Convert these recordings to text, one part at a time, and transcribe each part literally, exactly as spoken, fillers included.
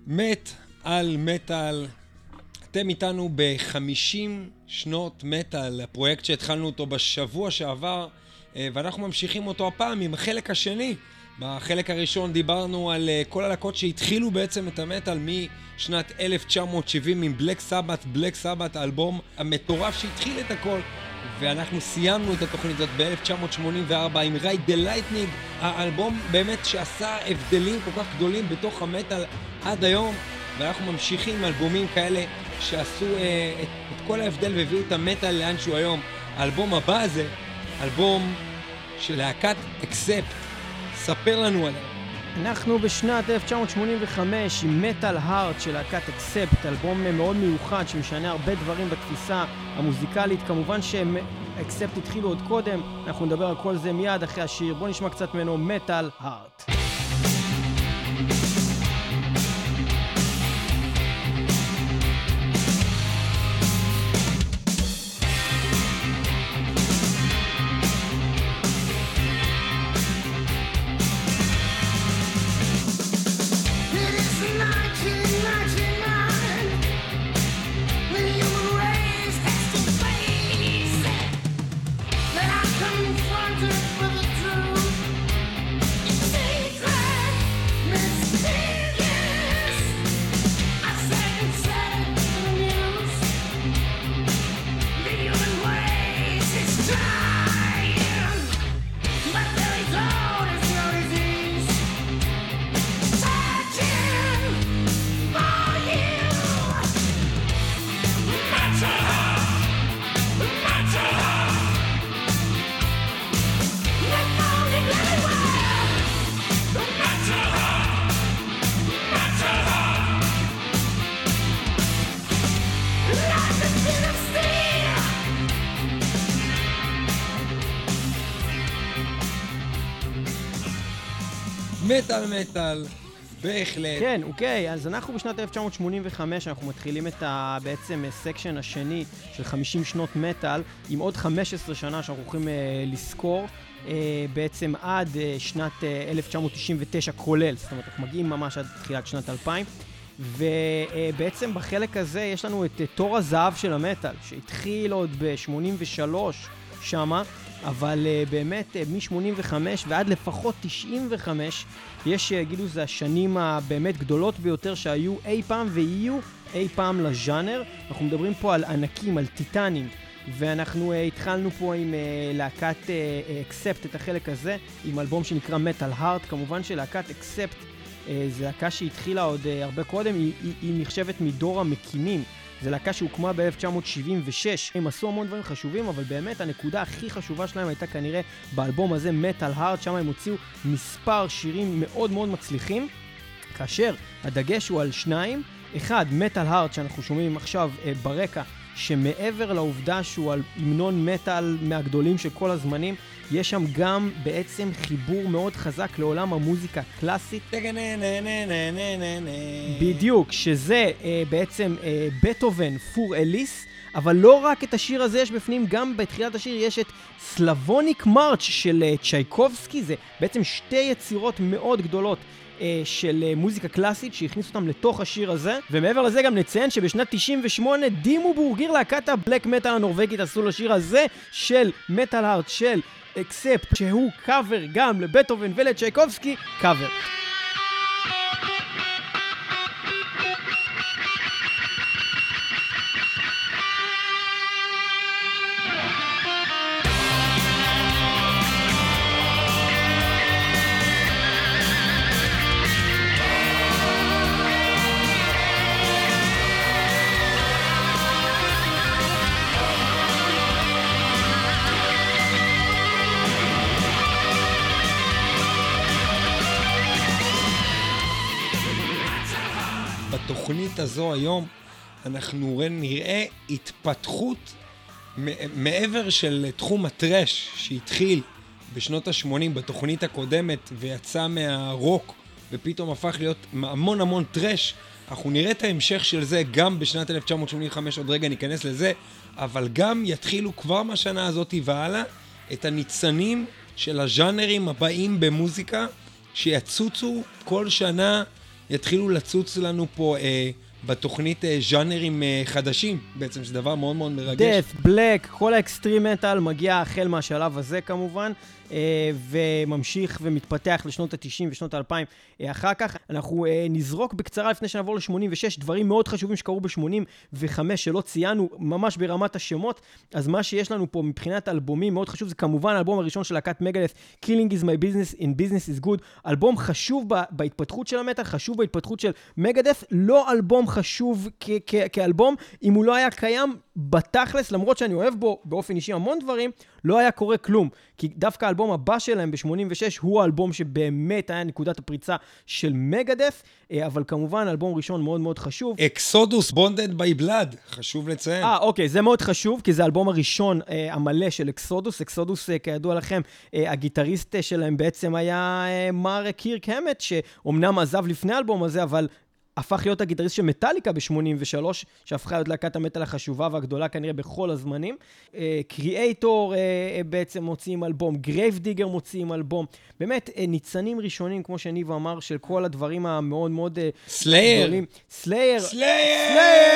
מת על מטל. אתם איתנו ב-חמישים שנות מטל, הפרויקט שהתחלנו אותו בשבוע שעבר, ואנחנו ממשיכים אותו הפעם עם החלק השני. בחלק הראשון דיברנו על כל הלהקות שהתחילו בעצם את המטל משנת אלף תשע מאות שבעים עם בלק סבת, בלק סבת, האלבום המטורף שהתחיל את הכל. ואנחנו סיימנו את התוכנית הזאת ב-אלף תשע מאות שמונים וארבע עם רייד דה לייטנינג, האלבום באמת שעשה הבדלים כל כך גדולים בתוך המטל עד היום, ואנחנו ממשיכים עם אלבומים כאלה שעשו אה, את, את כל ההבדל והביאו את המטל לאן שהוא היום. האלבום הבא הזה, אלבום של להקת אקספט, ספר לנו עליו. אנחנו בשנת אלף תשע מאות שמונים וחמש עם מטל הארט של להקת אקספט, אלבום מאוד מיוחד שמשנה הרבה דברים בתפיסה המוזיקלית. כמובן שאקספט התחילו עוד קודם, אנחנו נדבר על כל זה מיד אחרי השיר. בואו נשמע קצת ממנו, מטל הארט. מטל מטל, בהחלט. כן, אוקיי, אז אנחנו בשנת אלף תשע מאות שמונים וחמש, אנחנו מתחילים את ה, בעצם סקשן השני של חמישים שנות מטל, עם עוד חמש עשרה שנה שאנחנו הולכים אה, לזכור, אה, בעצם עד אה, שנת אה, אלף תשע מאות תשעים ותשע כולל, זאת אומרת, אנחנו מגיעים ממש עד תחילת שנת אלפיים, ובעצם אה, בחלק הזה יש לנו את אה, תור הזהב של המטל, שהתחיל עוד ב-שמונים ושלוש שמה, אבל uh, באמת uh, מ-שמונים וחמש ועד לפחות תשעים וחמש יש שיגידו זה השנים הבאמת גדולות ביותר שהיו אי פעם ויהיו אי פעם לז'אנר. אנחנו מדברים פה על ענקים, על טיטנים, ואנחנו uh, התחלנו פה עם uh, להקת אקספט uh, את החלק הזה עם אלבום שנקרא מטל הארט. כמובן שלהקת אקספט uh, זה להקה שהתחילה עוד uh, הרבה קודם, היא, היא, היא נחשבת מדור המקימים. זו להקה שהוקמה ב-אלף תשע מאות שבעים ושש. הם עשו המון דברים חשובים, אבל באמת הנקודה הכי חשובה שלהם הייתה כנראה באלבום הזה, מטל הארט. שם הם הוציאו מספר שירים מאוד מאוד מצליחים, כאשר הדגש הוא על שניים. אחד, מטל הארט, שאנחנו שומעים עכשיו אה, ברקע, שמעבר לעובדה שהוא על המנון מטל מהגדולים של כל הזמנים, יש שם גם בעצם חיבור מאוד חזק לעולם המוזיקה הקלאסית. בדיוק, שזה אה, בעצם אה, בטהובן פור אליס, אבל לא רק את השיר הזה יש בפנים, גם בתחילת השיר יש את סלבוניק מרץ' של אה, צ'ייקובסקי. זה בעצם שתי יצירות מאוד גדולות של מוזיקה קלאסית שהכניסו אותם לתוך השיר הזה. ומעבר לזה גם נציין שבשנת תשעים ושמונה דימו בורגיר, להקת הבלק מטל הנורווגית, עשו לשיר הזה של מטל הארט של אקספט, שהוא קאבר גם לבטהובן ולצ'ייקובסקי, קאבר. בתוכנית הזו היום אנחנו נראה התפתחות מעבר של תחום הטרש שהתחיל בשנות ה-שמונים בתוכנית הקודמת ויצא מהרוק ופתאום הפך להיות המון המון טרש. אנחנו נראה את ההמשך של זה גם בשנת אלף תשע מאות שמונים וחמש, עוד רגע ניכנס לזה, אבל גם יתחילו כבר מהשנה הזאת והלאה את הניצנים של הז'אנרים הבאים במוזיקה שיצוצו כל שנה יתחילו לצוץ לנו פה אה, בתוכנית אה, ז'אנרים אה, חדשים, בעצם זה דבר מאוד מאוד מרגש. death, black, כל האקסטרים מטל מגיע החל מהשלב הזה כמובן, וממשיך ומתפתח לשנות ה-תשעים ושנות ה-אלפיים אחר כך. אנחנו נזרוק בקצרה לפני שנעבור ל-שמונים ושש, דברים מאוד חשובים שקרו ב-שמונים וחמש שלא ציינו ממש ברמת השמות. אז מה שיש לנו פה מבחינת אלבומים מאוד חשוב, זה כמובן האלבום הראשון של להקת מגדף, Killing is my business in business is good. אלבום חשוב בהתפתחות של המטל, חשוב בהתפתחות של מגדף, לא אלבום חשוב כאלבום, אם הוא לא היה קיים בתכלס, למרות שאני אוהב בו באופן אישי המון דברים, לא היה קורה כלום. כי דווקא האלבום הבא שלהם ב-שמונים ושש הוא האלבום שבאמת היה נקודת הפריצה של מגדף, אבל כמובן אלבום ראשון מאוד מאוד חשוב. אקסודוס בונדד ביי בלאד, חשוב לציין. אה, אוקיי, זה מאוד חשוב, כי זה האלבום הראשון אה, המלא של אקסודוס. אקסודוס, אה, כידוע לכם, אה, הגיטריסט שלהם בעצם היה אה, מר קירק המט, שאומנם עזב לפני האלבום הזה, אבל הפך להיות הגיטריסט של מטאליקה ב-שמונים ושלוש, שהפכה להיות להקת המטל החשובה והגדולה כנראה בכל הזמנים. קריאייטור בעצם מוציאים אלבום, גרייב דיגר מוציאים אלבום. באמת, ניצנים ראשונים, כמו שניב אמר, של כל הדברים המאוד מאוד סלייר. גדולים. סלייר. סלייר!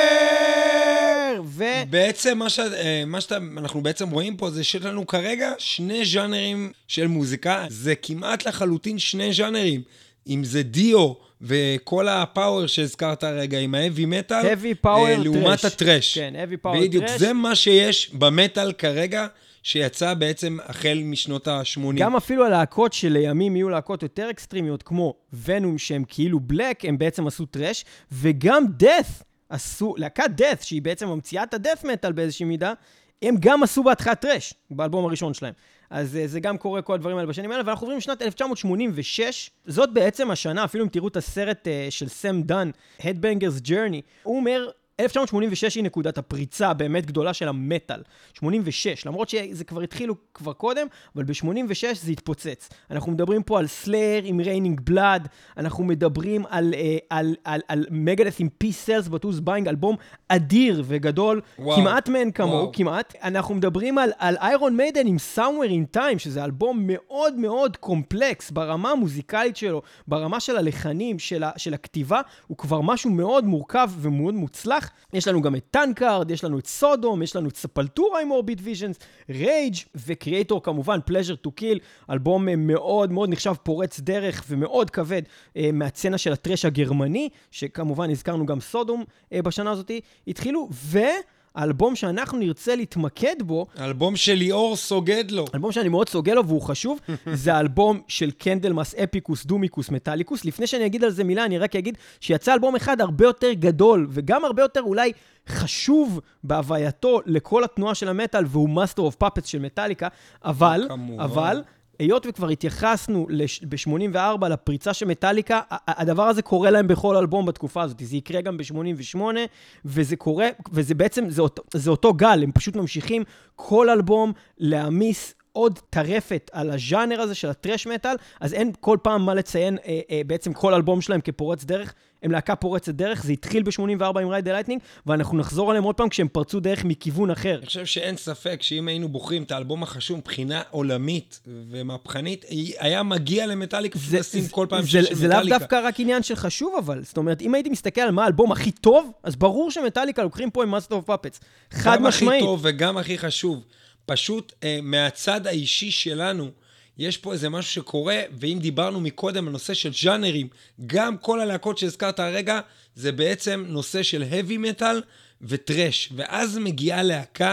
סלייר! ו... בעצם מה, ש... מה שאנחנו בעצם רואים פה זה שיש לנו כרגע שני ז'אנרים של מוזיקה. זה כמעט לחלוטין שני ז'אנרים. אם זה דיו וכל הפאוור שהזכרת הרגע עם ההאבי מטל, heavy power לעומת trash. הטרש. כן, heavy power בדיוק, trash. זה מה שיש במטל כרגע, שיצא בעצם החל משנות ה-שמונים. גם אפילו הלהקות שלימים יהיו להקות יותר אקסטרימיות, כמו ונום שהם כאילו בלק, הם בעצם עשו טרש, וגם death עשו, להקת death, שהיא בעצם ממציאה את הדף מטל באיזושהי מידה, הם גם עשו בהתחלה טרש, באלבום הראשון שלהם. אז זה גם קורה כל הדברים האלה בשנים האלה, ואנחנו עוברים לשנת אלף תשע מאות שמונים ושש, זאת בעצם השנה, אפילו אם תראו את הסרט של סם דן, Headbangers Journey, הוא אומר, אלף תשע מאות שמונים ושש היא נקודת הפריצה באמת גדולה של המטל. שמונים ושש, למרות שזה כבר התחילו כבר קודם, אבל ב-שמונים ושש זה התפוצץ. אנחנו מדברים פה על סלייר עם ריינינג בלאד, אנחנו מדברים על, על, על, על מגדף עם Peace Sells But Who's Buying, אלבום אדיר וגדול, וואו, כמעט מעין כמוהו, כמעט. אנחנו מדברים על, על איירון מיידן עם Somewhere in Time, שזה אלבום מאוד מאוד קומפלקס, ברמה המוזיקלית שלו, ברמה של הלחנים, של, ה, של הכתיבה, הוא כבר משהו מאוד מורכב ומאוד מוצלח. יש לנו גם את טנקארד, יש לנו את סודום, יש לנו את ספלטורה עם אורביט ויז'נס, רייג' וקריאייטור כמובן, Pleasure to Kill, אלבום מאוד מאוד נחשב פורץ דרך ומאוד כבד מהצנה של הטרש הגרמני, שכמובן הזכרנו גם סודום בשנה הזאת, התחילו, ו... האלבום שאנחנו נרצה להתמקד בו, האלבום שליאור סוגד לו. האלבום שאני מאוד סוגד לו והוא חשוב, זה האלבום של קנדלמאס, אפיקוס, דומיקוס, מטליקוס. לפני שאני אגיד על זה מילה, אני רק אגיד שיצא אלבום אחד הרבה יותר גדול, וגם הרבה יותר אולי חשוב בהווייתו לכל התנועה של המטל, והוא Master of Puppets של מטליקה, אבל, אבל, היות וכבר התייחסנו ב-שמונים וארבע לפריצה של מטליקה, הדבר הזה קורה להם בכל אלבום בתקופה הזאת. זה יקרה גם ב-שמונים ושמונה, וזה קורה, וזה בעצם, זה אותו, זה אותו גל, הם פשוט ממשיכים כל אלבום להעמיס עוד טרפת על הז'אנר הזה של הטרש מטל, אז אין כל פעם מה לציין אה, אה, בעצם כל אלבום שלהם כפורץ דרך, הם להקה פורצת דרך, זה התחיל ב-שמונים וארבע עם Ride the Lightning, ואנחנו נחזור עליהם עוד פעם כשהם פרצו דרך מכיוון אחר. אני חושב שאין ספק שאם היינו בוחרים את האלבום החשוב מבחינה עולמית ומהפכנית, היה מגיע למטליקה לשים כל פעם של מטליקה. זה לאו דווקא רק עניין של חשוב, אבל, זאת אומרת, אם הייתי מסתכל על מה האלבום הכי טוב, אז ברור שמטליקה לוקחים פה עם Master of Puppets. חד משמעית. גם הכי טוב וגם הכי חשוב. פשוט אה, מהצד האישי שלנו, יש פה איזה משהו שקורה, ואם דיברנו מקודם על נושא של ז'אנרים, גם כל הלהקות שהזכרת הרגע, זה בעצם נושא של heavy metal וטרש. ואז מגיעה להקה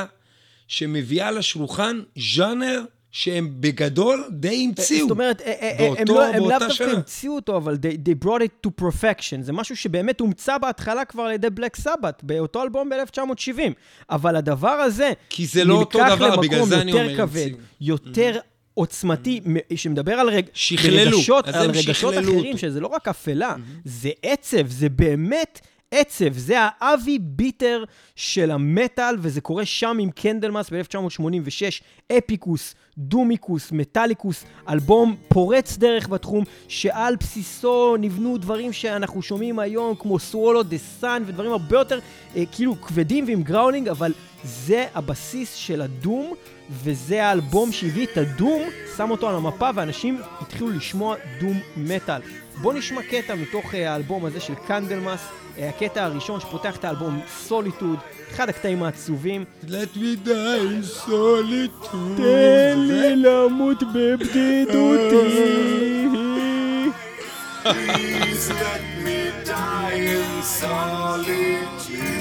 שמביאה לשולחן ז'אנר שהם בגדול די המציאו. זאת אומרת, הם לאו דווקא המציאו אותו, אבל they brought it to perfection. זה משהו שבאמת הומצא בהתחלה כבר על ידי בלק סבת, באותו אלבום ב-אלף תשע מאות שבעים. אבל הדבר הזה, כי זה לא אותו דבר, בגלל זה אני אומר, יותר כבד, יותר עוצמתי, שמדבר על רגשות, על רגשות אחרים, שזה לא רק אפלה, זה עצב, זה באמת עצב, זה האבי ביטר של המטל, וזה קורה שם עם קנדלמאס ב-אלף תשע מאות שמונים ושש, אפיקוס, דומיקוס, מטליקוס, אלבום פורץ דרך בתחום, שעל בסיסו נבנו דברים שאנחנו שומעים היום, כמו Swallow the Sun, ודברים הרבה יותר אה, כאילו כבדים ועם גראולינג, אבל זה הבסיס של הדום, וזה האלבום שהביא את הדום, שם אותו על המפה, ואנשים התחילו לשמוע דום מטל. בוא נשמע קטע מתוך האלבום הזה של קנדלמאס, הקטע הראשון שפותח את האלבום סוליטוד, אחד הקטעים העצובים. Let me die in solitude. תן לי למות בבדידותי. Please let me die in solitude.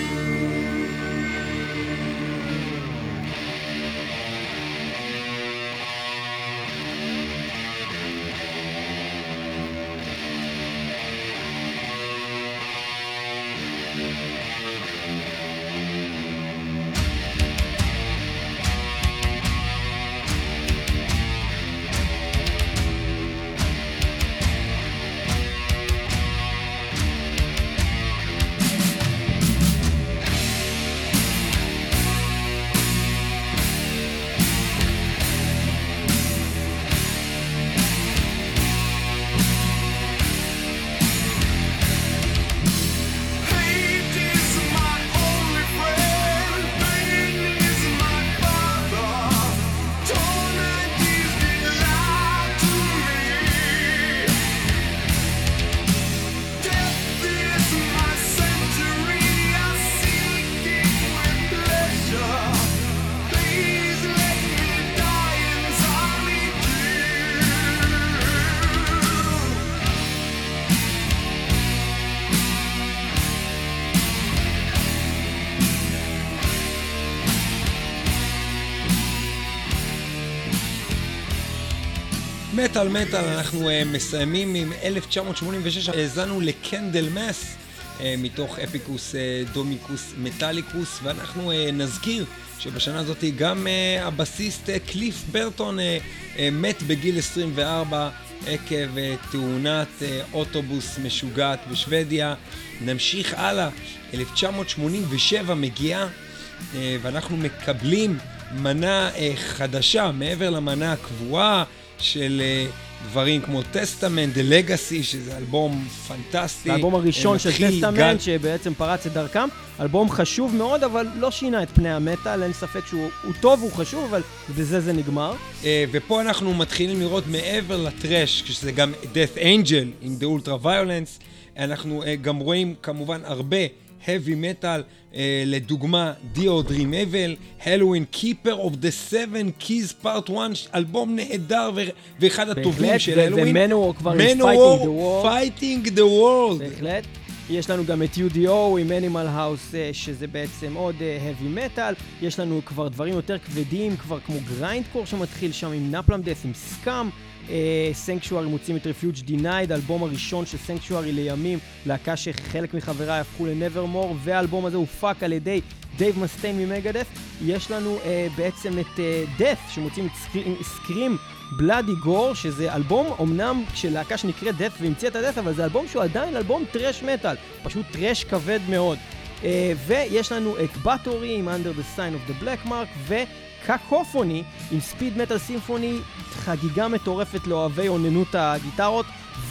מטל מטל, אנחנו uh, מסיימים עם אלף תשע מאות שמונים ושש, האזנו לקנדלמאס uh, מתוך אפיקוס uh, דומיקוס מטליקוס, ואנחנו uh, נזכיר שבשנה הזאת גם uh, הבסיסט uh, קליף ברטון uh, uh, מת בגיל עשרים וארבע עקב uh, תאונת uh, אוטובוס משוגעת בשוודיה. נמשיך הלאה, אלף תשע מאות שמונים ושבע מגיעה uh, ואנחנו מקבלים מנה uh, חדשה מעבר למנה הקבועה של uh, דברים כמו טסטמנט, The Legacy, שזה אלבום פנטסטי. האלבום הראשון של טסטמנט גל... שבעצם פרץ את דרכם. אלבום חשוב מאוד, אבל לא שינה את פני המטל, אין ספק שהוא טוב, הוא חשוב, אבל בזה זה נגמר. Uh, ופה אנחנו מתחילים לראות מעבר לטרש, כשזה גם Death Angel עם The Ultra Violence, אנחנו uh, גם רואים כמובן הרבה heavy metal, uh, לדוגמה Dio Dream Evil, Halloween Keeper of the Seven Keys Part one, אלבום נהדר ו- ואחד הטובים של Halloween. ו-Manowar כבר is Fighting the World. Fighting the World. בהחלט. יש לנו גם את יו די או עם Animal House, שזה בעצם עוד heavy metal. יש לנו כבר דברים יותר כבדים, כבר כמו Grindcore שמתחיל שם עם Napalm Death, עם Scum. סנקשוארי מוצאים את Refuge Denied, האלבום הראשון של סנקשוארי לימים, להקה שחלק מחבריי הפכו ל-Nevermore, והאלבום הזה הופק על ידי דייב מסטיין ממגדף. יש לנו uh, בעצם את uh, Death שמוצאים את Scream Bloody Gore, שזה אלבום אומנם של להקה שנקראת Death והמציא את ה-Death, אבל זה אלבום שהוא עדיין אלבום טרש מטל, פשוט טרש כבד מאוד. uh, ויש לנו את Bathory עם Under the Sign of the Black Mark, ו... קקופוני עם ספיד מטל סימפוני, חגיגה מטורפת לאוהבי עוננות הגיטרות,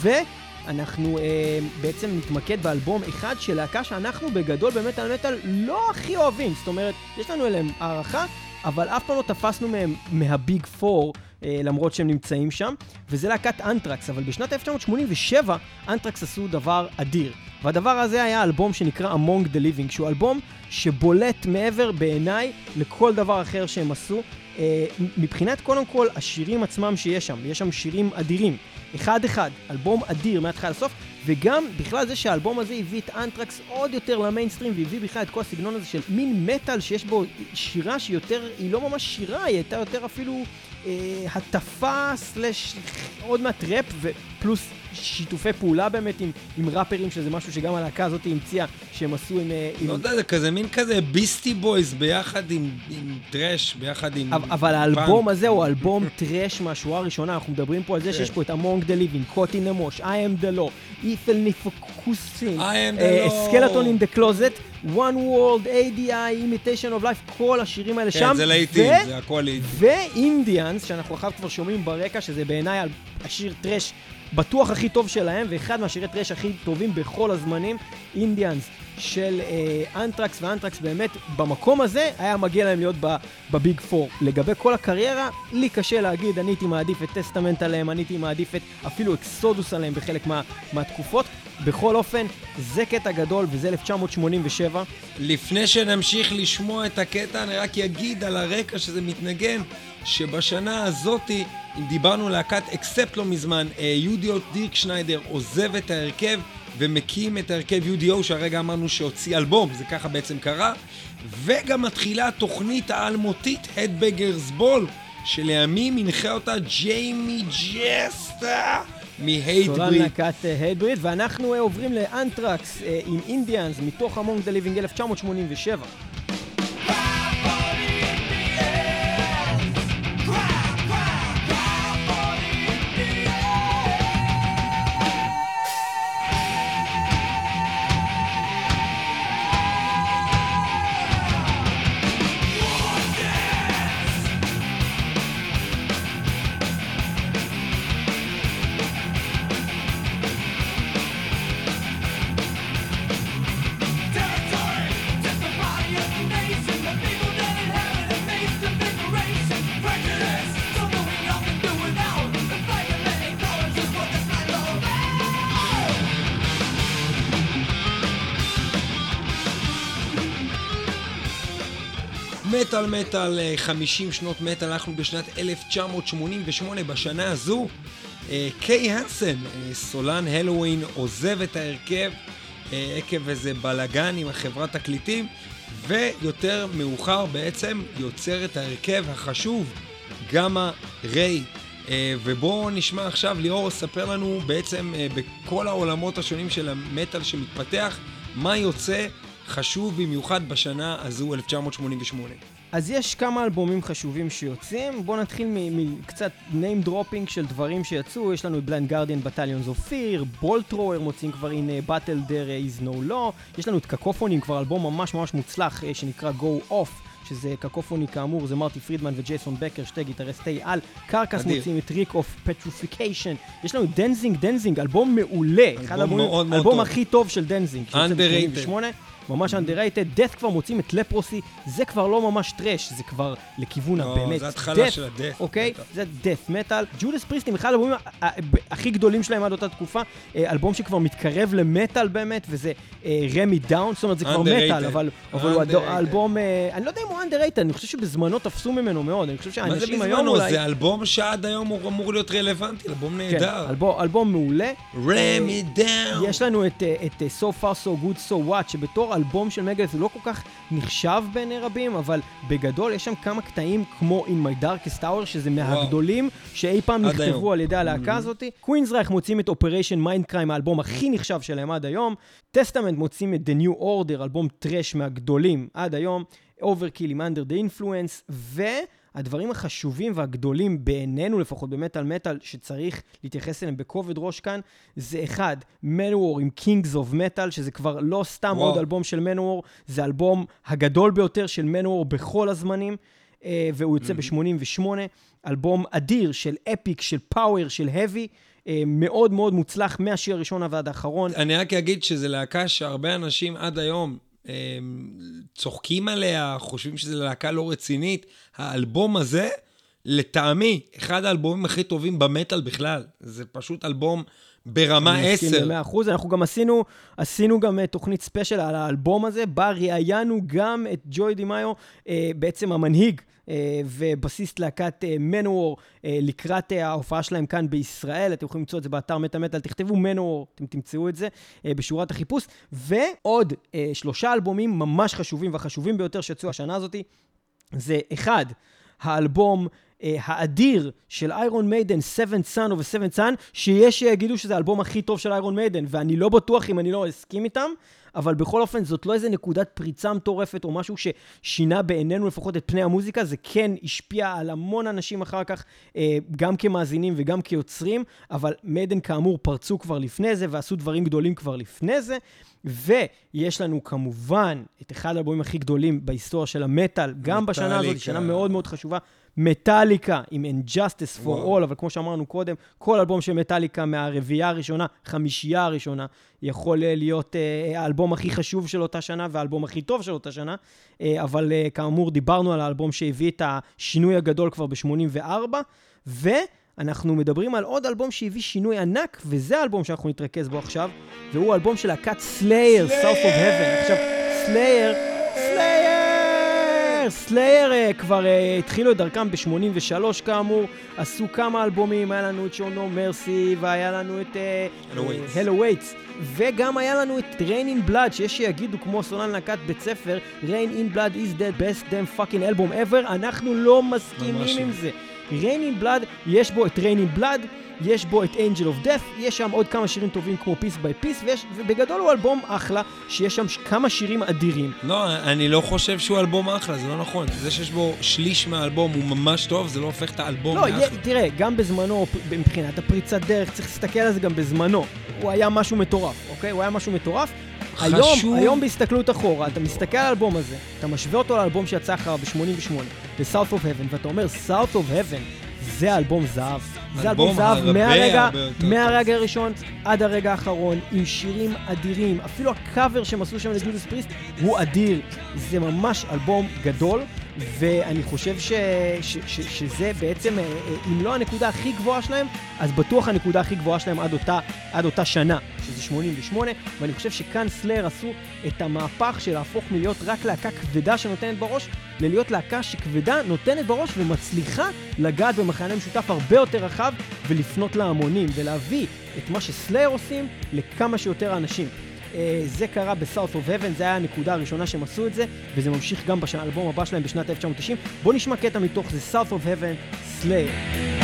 ואנחנו אה, בעצם נתמקד באלבום אחד של להקה שאנחנו בגדול במטל מטל לא הכי אוהבים, זאת אומרת, יש לנו אליהם הערכה, אבל אף פעם לא תפסנו מהם מהביג פור, אה, למרות שהם נמצאים שם, וזה להקת אנטרקס, אבל בשנת אלף תשע מאות שמונים ושבע אנטרקס עשו דבר אדיר. והדבר הזה היה אלבום שנקרא Among the Living, שהוא אלבום שבולט מעבר בעיניי לכל דבר אחר שהם עשו. אה, מבחינת קודם כל השירים עצמם שיש שם, יש שם שירים אדירים, אחד אחד, אלבום אדיר מהתחלה לסוף, וגם בכלל זה שהאלבום הזה הביא את אנטרקס עוד יותר למיינסטרים, והביא בכלל את כל הסגנון הזה של מין מטל שיש בו שירה שהיא יותר, היא לא ממש שירה, היא הייתה יותר אפילו אה, הטפה סלש עוד מעט ראפ, ופלוס שיתופי פעולה באמת עם, עם ראפרים, שזה משהו שגם הלהקה הזאת המציאה, שהם עשו עם... עם... לא יודע, זה כזה מין כזה ביסטי בויז ביחד עם, עם טרש, ביחד עם... אבל, אבל האלבום הזה הוא אלבום טרש מהשורה הראשונה, אנחנו מדברים פה על זה שיש פה את Among the Living, Caught in a Mosh, I am the Law, Ethel Nifocusing, I am the Law, Skeleton in the Closet, One World, איי די איי, Imitation of Life, כל השירים האלה כן, שם. כן, זה לעיתים, ו... זה הכל לעיתים. ואינדיאנס, שאנחנו אחר כבר שומעים ברקע, שזה בעיניי השיר טרש בטוח הכי טוב שלהם, ואחד מהשירי טרש הכי טובים בכל הזמנים, אינדיאנס. של אה, אנטרקס, ואנטרקס באמת במקום הזה היה מגיע להם להיות בביג פור. לגבי כל הקריירה, לי קשה להגיד, אני הייתי מעדיף את טסטמנט עליהם, אני הייתי מעדיף את אפילו אקסודוס עליהם בחלק מה, מהתקופות. בכל אופן, זה קטע גדול, וזה אלף תשע מאות שמונים ושבע. לפני שנמשיך לשמוע את הקטע, אני רק אגיד על הרקע שזה מתנגן, שבשנה הזאת, אם דיברנו להקת אקספט לא מזמן, יודיו דירק שניידר עוזב את ההרכב ומקים את ההרכב יו די או, שהרגע אמרנו שהוציא אלבום, זה ככה בעצם קרה, וגם מתחילה התוכנית האלמותית Headbangers Ball, שלימים ינחה אותה ג'יימי ג'סטה מהייטבריד. סולן להקת הייטבריד, ואנחנו עוברים לאנטרקס עם אינדיאנס מתוך Among the Living אלף תשע מאות שמונים ושבע. מטל מטל, חמישים שנות מטל, אנחנו בשנת אלף תשע מאות שמונים ושמונה, בשנה הזו קיי הנסן, סולן הלואוין, עוזב את ההרכב עקב איזה בלגן עם החברת תקליטים, ויותר מאוחר בעצם יוצר את ההרכב החשוב גאמה ריי. ובואו נשמע עכשיו ליאור ספר לנו בעצם בכל העולמות השונים של המטל שמתפתח, מה יוצא חשוב במיוחד בשנה הזו אלף תשע מאות שמונים ושמונה. אז יש כמה אלבומים חשובים שיוצאים. בואו נתחיל מקצת name dropping של דברים שיצאו. יש לנו את Blind Guardian Battalions of Fear, Bolt Thrower מוצאים כבר in Battle There is no law. יש לנו את קקופוני, כבר אלבום ממש ממש מוצלח שנקרא Go Off, שזה קקופוני כאמור, זה מרטי פרידמן וג'ייסון בקר, שתי גיטריסטי על. קרקס מוצאים את Trick of Petrification. יש לנו דנזינג, דנזינג, אלבום מעולה. אחד האלבום הכי טוב של דנזינג. Underrated. ממש underrated. Death כבר מוצאים את לפרוסי, זה כבר לא ממש טרש, זה כבר לכיוון הבאמת. זה התחלה של הדף. אוקיי? זה דף מטל. ג'ודס פריסטים, אחד האלבומים הכי גדולים שלהם עד אותה תקופה, אלבום שכבר מתקרב למטל באמת, וזה רמי דאון, זאת אומרת זה כבר מטל, אבל הוא האלבום, אני לא יודע אם הוא underrated, אני חושב שבזמנו תפסו ממנו מאוד, אני חושב שהאנשים היום אולי... זה אלבום שעד היום הוא אמור להיות רלוונטי, אלבום נהדר. אלבום מעולה. רמי דאון. יש לנו את So Far So Good So What, שבתור אלבום של מגדס הוא לא כל כך נחשב בעיני רבים, אבל בגדול יש שם כמה קטעים כמו In My Darkest Hour, שזה מהגדולים שאי פעם נכתבו על ידי הלהקה הזאת. קווינסרייך מוצאים את Operation Mindcrime, האלבום הכי נחשב שלהם עד היום. טסטמנט מוצאים את The New Order, אלבום טרש מהגדולים עד היום. Overkill עם Under the Influence, ו... הדברים החשובים והגדולים בעינינו, לפחות במטל מטל, שצריך להתייחס אליהם בכובד ראש כאן, זה אחד, Manowar עם Kings of Metal, שזה כבר לא סתם וואו. עוד אלבום של Manowar, זה האלבום הגדול ביותר של Manowar בכל הזמנים, והוא יוצא mm-hmm. ב-שמונים ושמונה, אלבום אדיר של אפיק, של פאוור, של heavy, מאוד מאוד מוצלח מהשיר הראשון ועד האחרון. אני רק אגיד שזה להקה שהרבה אנשים עד היום, צוחקים עליה, חושבים שזה להקה לא רצינית. האלבום הזה, לטעמי, אחד האלבומים הכי טובים במטל בכלל. זה פשוט אלבום ברמה עשר. מאה אחוז. אנחנו גם עשינו, עשינו גם תוכנית ספיישל על האלבום הזה, בה ראיינו גם את ג'וי דימאיו, בעצם המנהיג, ובסיסט להקת מנוור, לקראת ההופעה שלהם כאן בישראל. אתם יכולים למצוא את זה באתר מטה מטל, תכתבו מנוור, אתם תמצאו את זה בשורת החיפוש. ועוד שלושה אלבומים ממש חשובים והחשובים ביותר שיצאו השנה הזאת, זה אחד, האלבום האדיר של איירון מיידן, Seventh Son of a Seventh Son, שיש שיגידו שזה האלבום הכי טוב של איירון מיידן, ואני לא בטוח אם אני לא אסכים איתם, אבל בכל אופן זאת לא איזה נקודת פריצה מטורפת או משהו ששינה בעינינו לפחות את פני המוזיקה, זה כן השפיע על המון אנשים אחר כך, גם כמאזינים וגם כיוצרים, אבל מיידן כאמור פרצו כבר לפני זה ועשו דברים גדולים כבר לפני זה, ויש לנו כמובן את אחד האלבומים הכי גדולים בהיסטוריה של המטל, גם בשנה הזאת, שנה מאוד מאוד חשובה, מטאליקה עם Injustice for All, אבל כמו שאמרנו קודם, כל אלבום של מטאליקה מהרביעייה הראשונה, חמישייה הראשונה, יכול להיות uh, האלבום הכי חשוב של אותה שנה, והאלבום הכי טוב של אותה שנה, uh, אבל uh, כאמור דיברנו על האלבום שהביא את השינוי הגדול כבר ב-שמונים וארבע, ואנחנו מדברים על עוד אלבום שהביא שינוי ענק, וזה האלבום שאנחנו נתרכז בו עכשיו, והוא האלבום של להקת Slayer, South of Heaven. עכשיו, Slayer, Slayer, Slayer כבר uh, התחילו את דרכם ב-שמונים ושלוש כאמור, עשו כמה אלבומים, היה לנו את Show No Mercy, והיה לנו את uh, uh, Hello Waits, וגם היה לנו את Rain in Blood, שיש שיגידו כמו סולן להקת בית ספר, Rain in Blood is the best damn fucking album ever, אנחנו לא מסכימים עם זה. Rain in Blood, יש בו את Rain in Blood, יש בו את Angel of Death, יש שם עוד כמה שירים טובים כמו Piece by Piece, ויש, ובגדול הוא אלבום אחלה, שיש שם כמה שירים אדירים. לא, אני לא חושב שהוא אלבום אחלה, זה לא נכון. זה שיש בו שליש מהאלבום הוא ממש טוב, זה לא הופך את האלבום לא, לאחלה. תראה, גם בזמנו, מבחינת הפריצת דרך, צריך להסתכל על זה גם בזמנו. הוא היה משהו מטורף, אוקיי? הוא היה משהו מטורף. היום, היום בהסתכלות אחורה, אתה מסתכל על האלבום הזה, אתה משווה אותו לאלבום שיצא אחריו ב-שמונים ושמונה, ב-South of Heaven, ואתה אומר, South of Heaven, זה אלבום זהב. זה אלבום זהב מהרגע, מהרגע הראשון עד הרגע האחרון, עם שירים אדירים. אפילו הקאבר שהם עשו שם לג'ודס פריסט הוא אדיר. זה ממש אלבום גדול, ואני חושב ש, ש, ש, שזה בעצם, אם לא הנקודה הכי גבוהה שלהם, אז בטוח הנקודה הכי גבוהה שלהם עד אותה, עד אותה שנה, שזה שמונים ושמונה, ואני חושב שכאן סלאר עשו את המהפך של להפוך מלהיות רק להקה כבדה שנותנת בראש, ללהיות להקה שכבדה נותנת בראש ומצליחה לגעת במחנה משותף הרבה יותר רחב, ולפנות להמונים, ולהביא את מה שסלאר עושים לכמה שיותר אנשים. זה קרה ב-South of Heaven, זה היה הנקודה הראשונה שהם עשו את זה, וזה ממשיך גם באלבום הבא שלהם בשנת אלף תשע מאות תשעים. בואו נשמע קטע מתוך זה, South of Heaven, Slayer.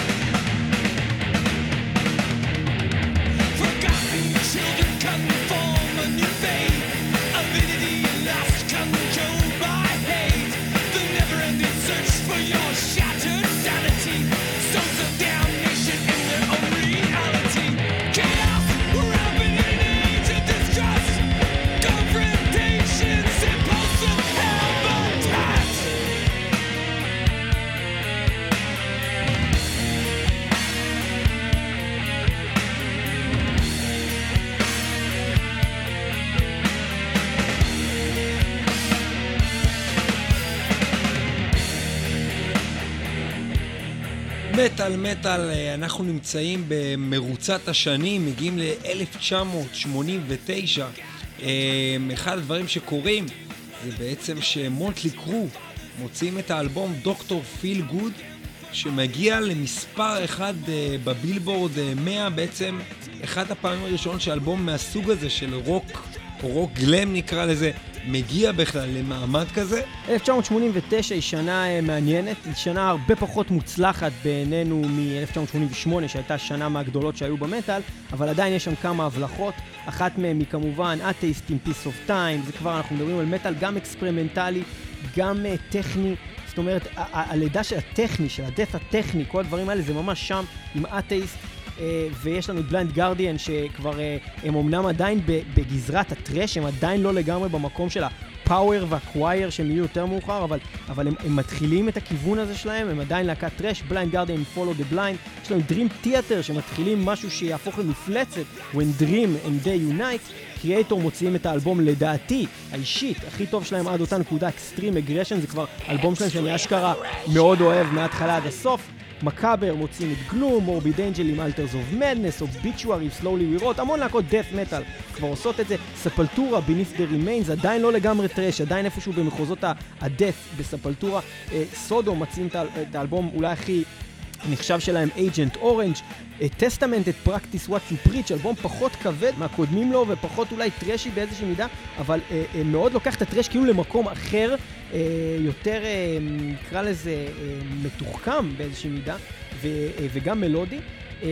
מטל, מטל, אנחנו נמצאים במרוצת השנים, מגיעים ל-אלף תשע מאות שמונים ותשע. אחד הדברים שקורים זה בעצם שמוטלי קרו מוציאים את האלבום דוקטור פיל גוד, שמגיע למספר אחד בבילבורד מאה, בעצם אחד הפעמים הראשון שאלבום מהסוג הזה של רוק, או רוק גלם נקרא לזה, מגיע בכלל למעמד כזה. אלף תשע מאות שמונים ותשע היא שנה מעניינת, היא שנה הרבה פחות מוצלחת בעינינו מ-אלף תשע מאות שמונים ושמונה, שהייתה שנה מהגדולות שהיו במטל, אבל עדיין יש שם כמה הבלחות. אחת מהן היא כמובן Atheist in Piece of Time, זה כבר אנחנו מדברים על מטל גם אקספרימנטלי, גם uh, טכני, זאת אומרת, הלידה של הטכני, של הדף הטכני, כל הדברים האלה זה ממש שם עם Atheist. ויש לנו את בליינד גרדיאן שכבר הם אמנם עדיין בגזרת הטרש, הם עדיין לא לגמרי במקום של הפאוור והקווייר שהם יהיו יותר מאוחר, אבל, אבל הם, הם מתחילים את הכיוון הזה שלהם, הם עדיין להקת טרש, בליינד גרדיאן, Follow the Blind, יש לנו Dream Theater שמתחילים משהו שיהפוך למפלצת, When Dream and They Unite, קריאטור מוציאים את האלבום לדעתי, האישית, הכי טוב שלהם עד אותה נקודה, Extreme Aggression, זה כבר אלבום שלהם שאני אשכרה מאוד אוהב מההתחלה עד הסוף, מקאבר מוצאים את גלום, מורביד אנג'ל עם אלטרס אוף מדנס, אוביצ'וארי, סלולי וירות, המון להקות דף מטל כבר עושות את זה, ספלטורה, ביניף דה רימיינס, עדיין לא לגמרי טרש, עדיין איפשהו במחוזות הדף בספלטורה, סודו מציעים את האלבום אולי הכי נחשב שלהם, אייג'נט אורנג', טסטמנט, את פרקטיס וואט יו פריץ', אלבום פחות כבד מהקודמים לו ופחות אולי טרשי באיזושהי מידה, אבל אה, אה, מאוד לוקח את הטרש כאילו למקום אחר, אה, יותר אה, נקרא לזה אה, מתוחכם באיזושהי מידה ו, אה, וגם מלודי, אה,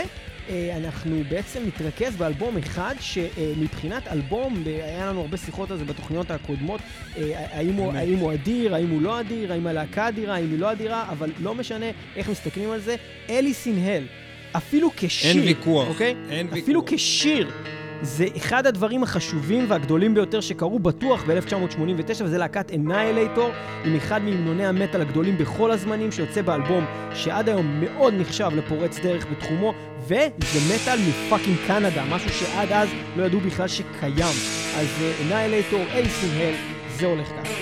ואנחנו בעצם נתרכז באלבום אחד שמבחינת אלבום, היה לנו הרבה שיחות על זה בתוכניות הקודמות, האם הוא, האם הוא אדיר, האם הוא לא אדיר, האם הלהקה אדירה, האם היא לא אדירה, אבל לא משנה איך מסתכלים על זה, אליס אין הל, אפילו כשיר, אין ויכוח, אוקיי? אין ויכוח. אפילו כשיר, זה אחד הדברים החשובים והגדולים ביותר שקרו בטוח ב-אלף תשע מאות שמונים ותשע, וזה להקת Annihilator, עם אחד מהמנוני המטל הגדולים בכל הזמנים, שיוצא באלבום שעד היום מאוד נחשב לפורץ דרך בתחומו, וזה מטל מפאקינג קנדה, משהו שעד אז לא ידעו בכלל שקיים. אז Annihilator, Alice in Hell, זה הולך ככה.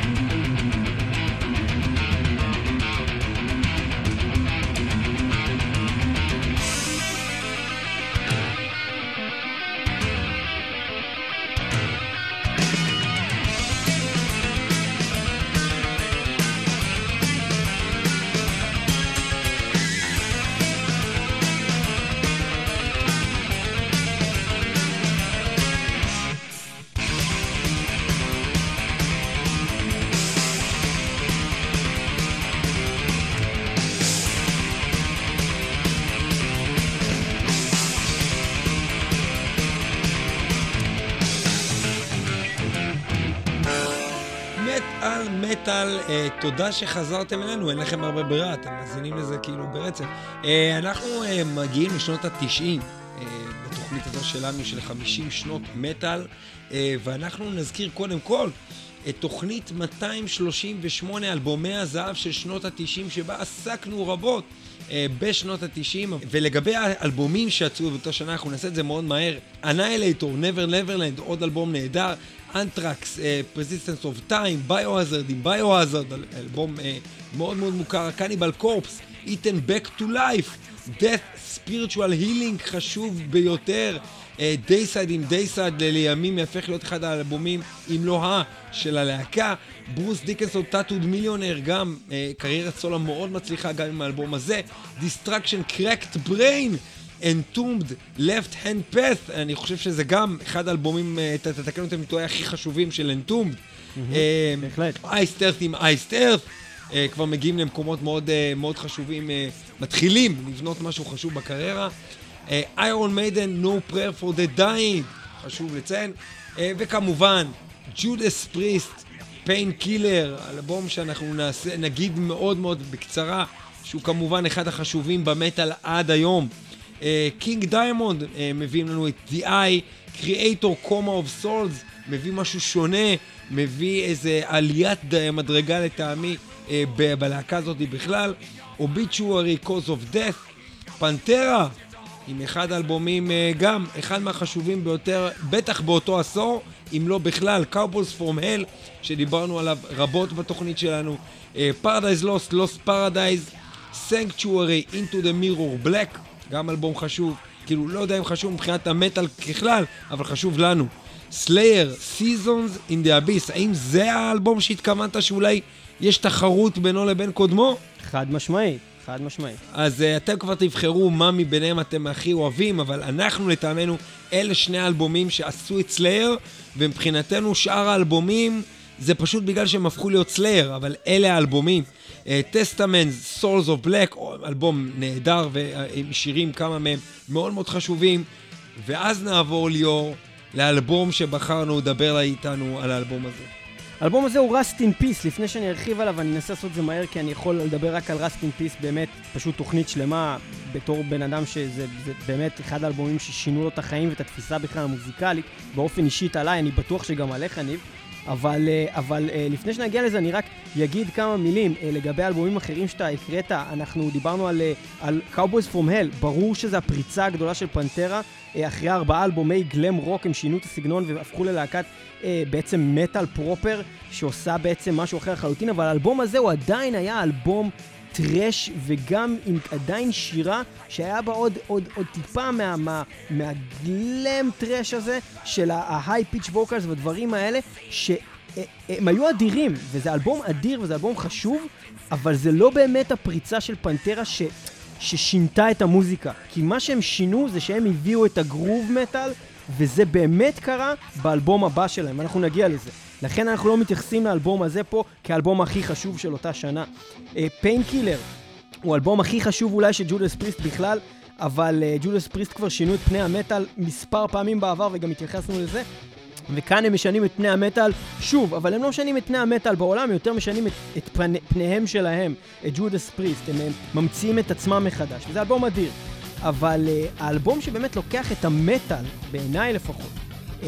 מטל, תודה שחזרתם אלינו, אין לכם הרבה ברירה, אתם מזינים לזה כאילו ברצף. אנחנו מגיעים לשנות ה-תשעים בתוכנית הזו שלנו של חמישים שנות מטל, ואנחנו נזכיר קודם כל את תוכנית מאתיים שלושים ושמונה אלבומי הזהב של שנות ה-תשעים, שבה עסקנו רבות בשנות ה-תשעים, ולגבי האלבומים שיצאו באותה שנה אנחנו נעשה את זה מאוד מהר. Annihilator, Never Neverland, עוד אלבום נהדר, Anthrax, uh, Persistence of Time, Biohazard, עם Biohazard, אלבום uh, מאוד מאוד מוכר, Cannibal Corpse, Eaten Back to Life, Death, Spiritual Healing, חשוב ביותר, uh, Dayside עם Dayside, לימים יהפך להיות אחד האלבומים, אם לא ה, של הלהקה, ברוס דיקנסון, Tattooed Millionaire, גם uh, קריירת סולו מאוד מצליחה גם עם האלבום הזה, Destruction, Cracked Brain, Entombed, Left Hand Path, אני חושב שזה גם אחד האלבומים, תתקן אותם איתו, הכי חשובים של Entombed. בהחלט. Iced Earth עם Iced Earth, כבר מגיעים למקומות מאוד מאוד חשובים, מתחילים לבנות משהו חשוב בקריירה. Iron Maiden, No Prayer for the Dying, חשוב לציין. וכמובן, Judas Priest, Painkiller, אלבום שאנחנו נעשה, נגיד מאוד מאוד בקצרה, שהוא כמובן אחד החשובים במטל עד היום. קינג דיימונד מביאים לנו את The Eye, Creator, Coma of Souls, מביא משהו שונה, מביא איזה עליית מדרגה לטעמי בלהקה הזאת בכלל. Obituary, Cause of Death, פנטרה, עם אחד האלבומים גם, אחד מהחשובים ביותר, בטח באותו עשור, אם לא בכלל, Cowboys from Hell, שדיברנו עליו רבות בתוכנית שלנו, Paradise Lost, Lost Paradise, Sanctuary, Into the Mirror Black, גם אלבום חשוב, כאילו לא יודע אם חשוב מבחינת המטל ככלל, אבל חשוב לנו. Slayer, Seasons in the Abyss, האם זה האלבום שהתכוונת שאולי יש תחרות בינו לבין קודמו? חד משמעית, חד משמעית. אז uh, אתם כבר תבחרו מה מביניהם אתם הכי אוהבים, אבל אנחנו לטעמנו, אלה שני האלבומים שעשו את Slayer, ומבחינתנו שאר האלבומים זה פשוט בגלל שהם הפכו להיות Slayer, אבל אלה האלבומים. Testament, Souls of Black, אלבום נהדר ועם שירים כמה מהם מאוד מאוד חשובים. ואז נעבור ליאור לאלבום שבחרנו, דבר איתנו על האלבום הזה. האלבום הזה הוא Rust in Peace, לפני שאני ארחיב עליו אני אנסה לעשות את זה מהר כי אני יכול לדבר רק על Rust in Peace, באמת פשוט תוכנית שלמה בתור בן אדם שזה זה באמת אחד האלבומים ששינו לו את החיים ואת התפיסה בכלל המוזיקלית באופן אישית עליי, אני בטוח שגם עליך ניב. אבל, אבל לפני שנגיע לזה, אני רק אגיד כמה מילים לגבי אלבומים אחרים שאתה הקראת. אנחנו דיברנו על, על Cowboys from Hell. ברור שזו הפריצה הגדולה של פנטרה. אחרי ארבעה אלבומי גלם רוק הם שינו את הסגנון והפכו ללהקת בעצם מטל פרופר, שעושה בעצם משהו אחר לחלוטין. אבל האלבום הזה הוא עדיין היה אלבום טרש, וגם עם עדיין שירה שהיה בה עוד, עוד, עוד טיפה מה, מה, מהגלם טרש הזה של ההיי פיץ' ווקלס ודברים האלה שהם היו אדירים, וזה אלבום אדיר וזה אלבום חשוב, אבל זה לא באמת הפריצה של פנטרה ש, ששינתה את המוזיקה, כי מה שהם שינו זה שהם הביאו את הגרוב מטל, וזה באמת קרה באלבום הבא שלהם, ואנחנו נגיע לזה. לכן אנחנו לא מתייחסים לאלבום הזה פה כאלבום הכי חשוב של אותה שנה. Painkiller הוא אלבום הכי חשוב אולי של ג'ודס פריסט בכלל, אבל ג'ודס פריסט כבר שינו את פני המטל מספר פעמים בעבר וגם התייחסנו לזה. וכאן הם משנים את פני המטל שוב, אבל הם לא משנים את פני המטל בעולם, יותר משנים את, את פני, פניהם שלהם, את ג'ודס פריסט, הם, הם ממציאים את עצמם מחדש, וזה אלבום אדיר. אבל uh, האלבום שבאמת לוקח את המטל, בעיניי לפחות, uh,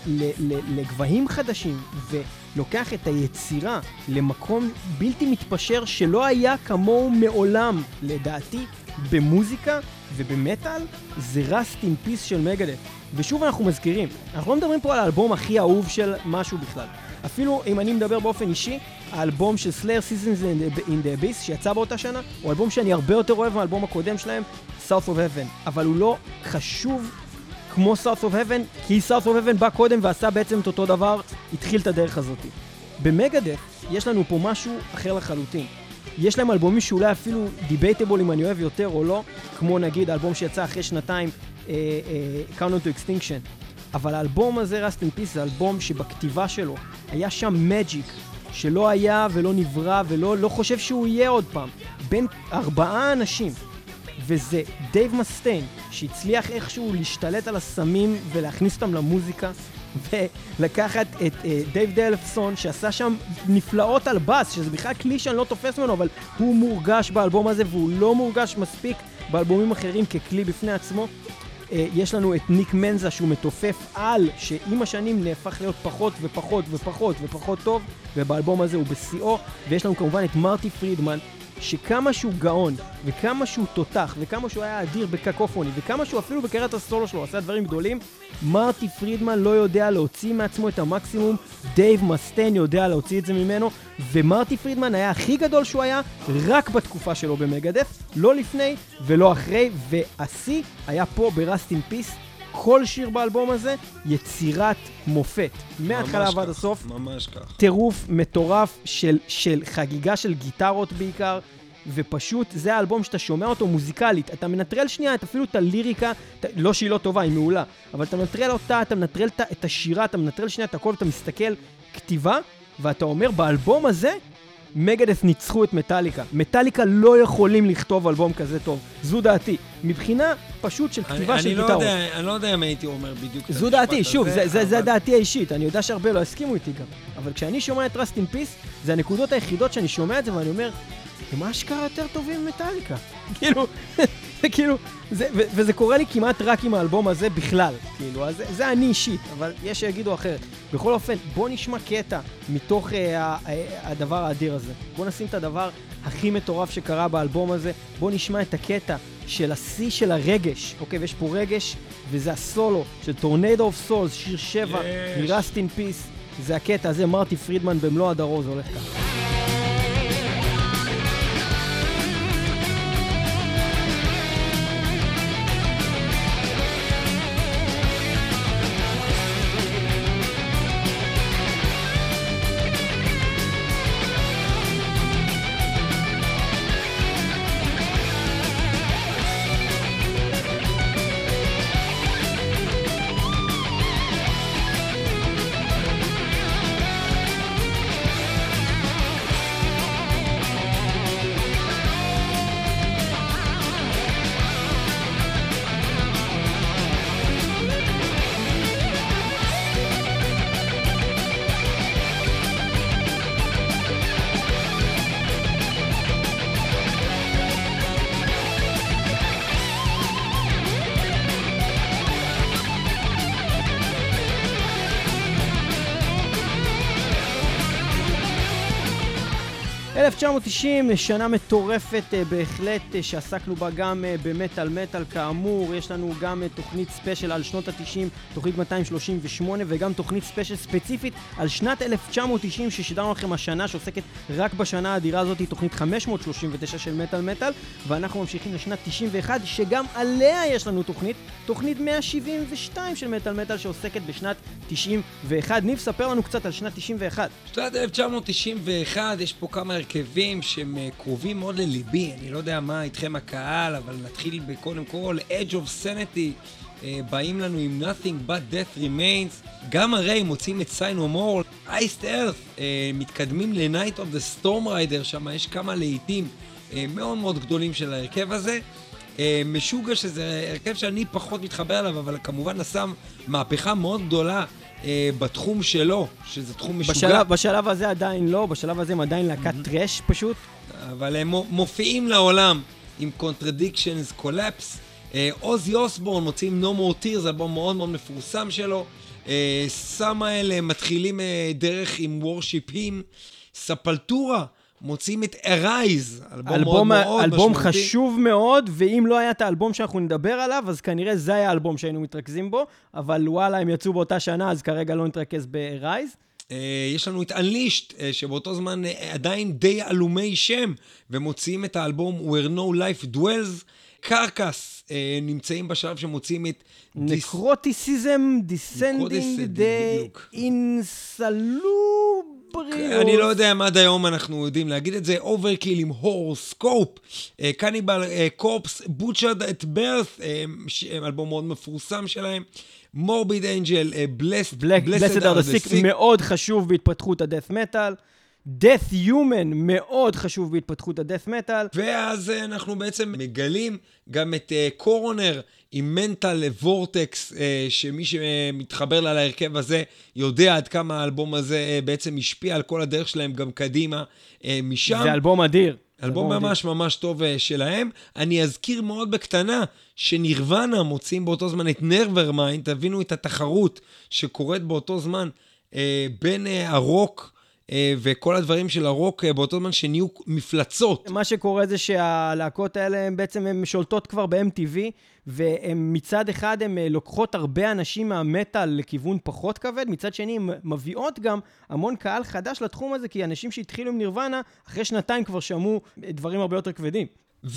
לגבהים חדשים, ולוקח את היצירה למקום בלתי מתפשר שלא היה כמוהו מעולם, לדעתי, במוזיקה ובמטל, זה Rust in Peace של מגדף. ושוב אנחנו מזכירים, אנחנו לא מדברים פה על האלבום הכי אהוב של משהו בכלל. אפילו אם אני מדבר באופן אישי, האלבום של Slayer Seasons in the Abyss שיצא באותה שנה, הוא אלבום שאני הרבה יותר אוהב מהאלבום הקודם שלהם, South of Heaven. אבל הוא לא חשוב כמו South of Heaven, כי South of Heaven בא קודם ועשה בעצם את אותו דבר, התחיל את הדרך הזאת. במגדף יש לנו פה משהו אחר לחלוטין. יש להם אלבומים שאולי אפילו דיבייטבול אם אני אוהב יותר או לא, כמו נגיד האלבום שיצא אחרי שנתיים, uh, uh, Countdown to Extinction. אבל האלבום הזה, Rust in Peace, זה אלבום שבכתיבה שלו היה שם מג'יק שלא היה ולא נברא ולא לא חושב שהוא יהיה עוד פעם. בין ארבעה אנשים, וזה דייב מסטיין, שהצליח איכשהו להשתלט על הסמים ולהכניס אותם למוזיקה, ולקחת את uh, דייב דלפסון שעשה שם נפלאות על בס, שזה בכלל כלי שאני לא תופס ממנו, אבל הוא מורגש באלבום הזה והוא לא מורגש מספיק באלבומים אחרים ככלי בפני עצמו. Uh, יש לנו את ניק מנזה שהוא מתופף על, שעם השנים נהפך להיות פחות ופחות ופחות ופחות טוב, ובאלבום הזה הוא בשיאו. ויש לנו כמובן את מרטי פרידמן, שכמה שהוא גאון, וכמה שהוא תותח, וכמה שהוא היה אדיר בקקופוני, וכמה שהוא אפילו בקריירת הסולו שלו עשה דברים גדולים, מרטי פרידמן לא יודע להוציא מעצמו את המקסימום, דייב מסטיין יודע להוציא את זה ממנו, ומרטי פרידמן היה הכי גדול שהוא היה רק בתקופה שלו במגדף, לא לפני ולא אחרי, והשיא היה פה ב-Rust in Peace. כל שיר באלבום הזה יצירת מופת, מההתחלה ועד הסוף. ממש כך. טירוף מטורף של, של חגיגה של גיטרות בעיקר, ופשוט זה האלבום שאתה שומע אותו מוזיקלית, אתה מנטרל שנייה את אפילו את הליריקה, אתה, לא שהיא לא טובה, היא מעולה, אבל אתה מנטרל אותה, אתה מנטרל את, את השירה, אתה מנטרל שנייה את הכל, אתה מסתכל כתיבה, ואתה אומר באלבום הזה, מגדף ניצחו את מטליקה. מטליקה לא יכולים לכתוב אלבום כזה טוב. זו דעתי. מבחינה פשוט של כתיבה אני, של אני גיטרות. לא יודע, אני לא יודע אם הייתי אומר בדיוק. זו דעתי, שוב, זה, זה, אבל... זה דעתי האישית. אני יודע שהרבה לא הסכימו איתי גם. אבל כשאני שומע את Rust in Peace, זה הנקודות היחידות שאני שומע את זה ואני אומר, מה אשכרה יותר טובים ממטליקה? כאילו, זה כאילו, זה, ו- וזה קורה לי כמעט רק עם האלבום הזה בכלל. כאילו, אז זה, זה אני אישית, אבל יש שיגידו אחרת. בכל אופן, בוא נשמע קטע מתוך אה, ה- הדבר האדיר הזה. בוא נשים את הדבר הכי מטורף שקרה באלבום הזה. בוא נשמע את הקטע של השיא של הרגש. אוקיי, ויש פה רגש, וזה הסולו של Tornado of Souls, שיר שבע, מ-Rust in Peace. זה הקטע הזה, מרטי פרידמן במלוא הדרו, זה הולך ככה. אלף תשע מאות תשעים, שנה מטורפת בהחלט, שעסקנו בה גם במטל מטל. כאמור, יש לנו גם תוכנית ספיישל על שנות ה-תשעים, תוכנית מאתיים שלושים ושמונה, וגם תוכנית ספיישל ספציפית על שנת אלף תשע מאות תשעים ששידרנו לכם השנה, שעוסקת רק בשנה האדירה הזאת, תוכנית חמש מאות שלושים ותשע של מטל מטל, ואנחנו ממשיכים לשנת תשעים ואחת, שגם עליה יש לנו תוכנית, תוכנית מאה שבעים ושתיים של מטל מטל, שעוסקת בשנת תשעים ואחת. ניב, ספר לנו קצת על שנת תשעים ואחת. שנת אלף תשע מאות תשעים ואחת, יש פה כמה הרכבים שהם קרובים מאוד לליבי, אני לא יודע מה איתכם הקהל, אבל נתחיל בקודם כל, Edge of Sanity, באים לנו עם Nothing But Death Remains, גם הרי מוצאים את Sign No More, Iced Earth, מתקדמים ל-Night of the Storm Rider, שם יש כמה לעיתים מאוד מאוד גדולים של ההרכב הזה, משוגע שזה הרכב שאני פחות מתחבר אליו, אבל כמובן עשה מהפכה מאוד גדולה בתחום שלו, שזה תחום משוגע. בשלב, בשלב הזה עדיין לא, בשלב הזה הם עדיין להקת טרש פשוט. אבל הם מופיעים לעולם עם Contradictions Collapse, עוזי אוסבורן מוצאים No More Tears, זה אלבום מאוד מאוד מפורסם שלו. סמאל מתחילים דרך עם Worship Him. ספלטורה מוצאים את Arise, אלבום, אלבום מאוד מאוד אלבום משמעותי. חשוב מאוד, ואם לא היה את האלבום שאנחנו נדבר עליו, אז כנראה זה היה האלבום שהיינו מתרכזים בו, אבל וואלה, הם יצאו באותה שנה, אז כרגע לא נתרכז ב-Arise. יש לנו את Unleashed, שבאותו זמן עדיין די אלומי שם, ומוציאים את האלבום Where No Life Dwells. קרקס נמצאים בשלב שמוצאים את נקרוטיסיזם, Descending the Insalubrious. אני לא יודע אם עד היום אנחנו יודעים להגיד את זה. Overkill עם Horoscope, Cannibal Corpse, Butchered at Birth, אלבום מאוד מפורסם שלהם. Morbid Angel, Blessed, Blessed are the Sick, מאוד חשוב בהתפתחות ה-Death Metal. Death Human, מאוד חשוב בהתפתחות ה-Death Metal. ואז אנחנו בעצם מגלים גם את קורונר עם Mental Vortex, שמי שמתחבר לה להרכב הזה יודע עד כמה האלבום הזה בעצם השפיע על כל הדרך שלהם גם קדימה משם. זה אלבום אדיר. אלבום ממש ממש טוב שלהם. אני אזכיר מאוד בקטנה שנירוונה מוצאים באותו זמן את Nevermind, תבינו את התחרות שקורית באותו זמן בין הרוק וכל הדברים של הרוק באותו זמן שנהיו מפלצות. מה שקורה זה שהלהקות האלה הם בעצם הם שולטות כבר ב-אם טי וי, והם מצד אחד הם לוקחות הרבה אנשים מהמטל לכיוון פחות כבד, מצד שני הם מביאות גם המון קהל חדש לתחום הזה, כי אנשים שהתחילו עם נירוונה, אחרי שנתיים כבר שמעו דברים הרבה יותר כבדים.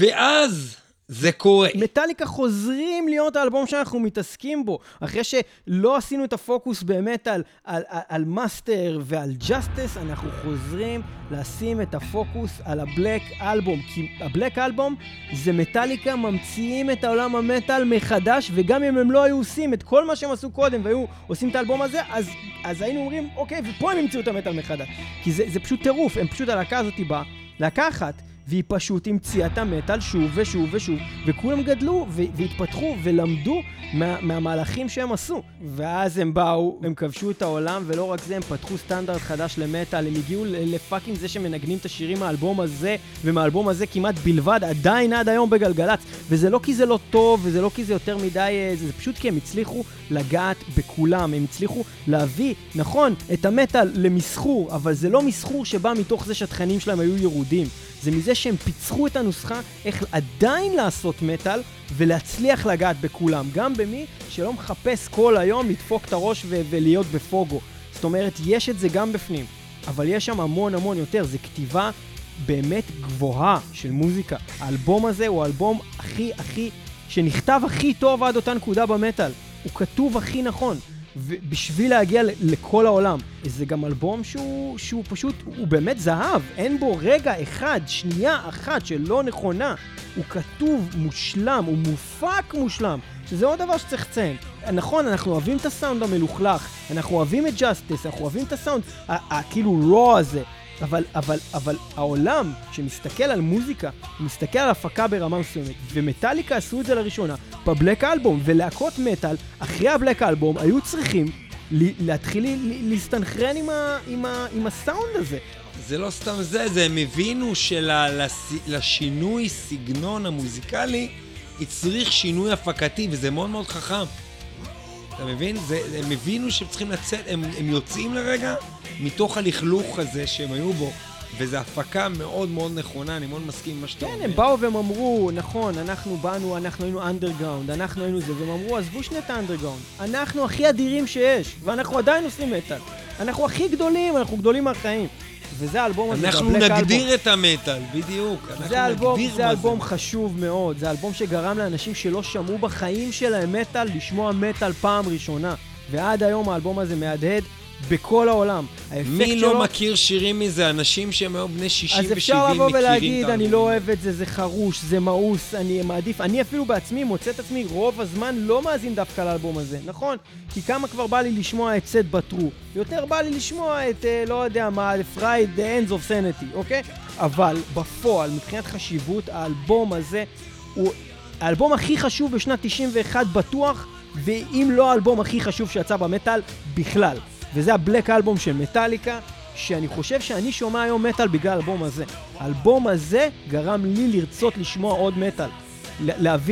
ואז זה קורה. מטליקה חוזרים להיות האלבום שאנחנו מתעסקים בו, אחרי שלא עשינו את הפוקוס באמת על, על, על, על מאסטר ועל ג'סטיס, אנחנו חוזרים לשים את הפוקוס על הבלק אלבום, כי הבלק אלבום זה מטליקה ממציאים את העולם המטל מחדש, וגם אם הם לא היו עושים את כל מה שהם עשו קודם והיו עושים את האלבום הזה, אז, אז היינו אומרים, אוקיי, ופה הם המציאו את המטל מחדש, כי זה, זה פשוט טירוף, הם פשוט הלהקה הזאת באה, להקה אחת, והיא פשוט המציאה את המטל שוב ושוב ושוב, וכולם גדלו והתפתחו ולמדו מה, מהמהלכים שהם עשו. ואז הם באו, הם כבשו את העולם, ולא רק זה, הם פתחו סטנדרט חדש למטל, הם הגיעו לפאקינג זה שמנגנים את השירים מהאלבום הזה, ומהאלבום הזה כמעט בלבד, עדיין עד היום בגלגלץ. וזה לא כי זה לא טוב, וזה לא כי זה יותר מדי, זה, זה פשוט כי הם הצליחו לגעת בכולם, הם הצליחו להביא, נכון, את המטל למסחור, אבל זה לא מסחור שבא מתוך זה שהתכנים שלהם היו ירודים. זה מזה שהם פיצחו את הנוסחה איך עדיין לעשות מטל ולהצליח לגעת בכולם, גם במי שלא מחפש כל היום לדפוק את הראש ו- ולהיות בפוגו. זאת אומרת, יש את זה גם בפנים, אבל יש שם המון המון יותר, זה כתיבה באמת גבוהה של מוזיקה. האלבום הזה הוא האלבום הכי הכי, שנכתב הכי טוב עד אותה נקודה במטל. הוא כתוב הכי נכון. ובשביל להגיע לכל העולם. זה גם אלבום שהוא, שהוא פשוט, הוא באמת זהב. אין בו רגע אחד, שנייה אחת שלא נכונה. הוא כתוב מושלם, הוא מופק מושלם. שזה עוד דבר שצריך לציין. נכון, אנחנו אוהבים את הסאונד המלוכלך, אנחנו אוהבים את ג'סטיס, אנחנו אוהבים את הסאונד, כאילו רוע הזה. אבל, אבל, אבל העולם שמסתכל על מוזיקה, מסתכל על הפקה ברמה מסוימת, ומטליקה עשו את זה לראשונה בבלק אלבום, ולהקות מטל, אחרי הבלק אלבום, היו צריכים להתחיל להסתנכרן עם, ה, עם, ה, עם הסאונד הזה. זה לא סתם זה, זה הם הבינו שלשינוי סגנון המוזיקלי, יצריך שינוי הפקתי, וזה מאוד מאוד חכם. אתה מבין? זה, הם הבינו שהם צריכים לצאת, הם, הם יוצאים לרגע מתוך הלכלוך הזה שהם היו בו, וזו הפקה מאוד מאוד נכונה, אני מאוד מסכים עם מה שאתה אומר. כן, הם באו והם אמרו, נכון, אנחנו באנו, אנחנו היינו אנדרגראונד, אנחנו היינו זה, והם אמרו, עזבו שני את האנדרגראונד, אנחנו הכי אדירים שיש, ואנחנו עדיין עושים מטל. אנחנו הכי גדולים, אנחנו גדולים מהחיים. וזה האלבום הזה, אנחנו נגדיר אלבום. את המטל, בדיוק. זה אלבום, זה אלבום חשוב מאוד, זה אלבום שגרם לאנשים שלא שמעו בחיים שלהם מטל, לשמוע מטל פעם ראשונה. ועד היום האלבום הזה מהדהד בכל העולם. מי לא שלו... מכיר שירים מזה? אנשים שהם היו בני שישים ושבעים מכירים. אז אפשר לבוא ולהגיד, אני לא אוהב את זה, זה חרוש, זה מאוס, אני מעדיף. אני אפילו בעצמי מוצא את עצמי רוב הזמן לא מאזין דווקא לאלבום הזה, נכון? כי כמה כבר בא לי לשמוע את סט בטרו, יותר בא לי לשמוע את, לא יודע מה, Fried the Ends of Sanity, אוקיי? אבל בפועל, מבחינת חשיבות, האלבום הזה הוא האלבום הכי חשוב בשנת תשעים ואחת בטוח, ואם לא האלבום הכי חשוב שיצא במטל בכלל. וזה הבלק אלבום של מטליקה, שאני חושב שאני שומע היום מטל בגלל האלבום הזה. האלבום הזה גרם לי לרצות לשמוע עוד מטל. להבין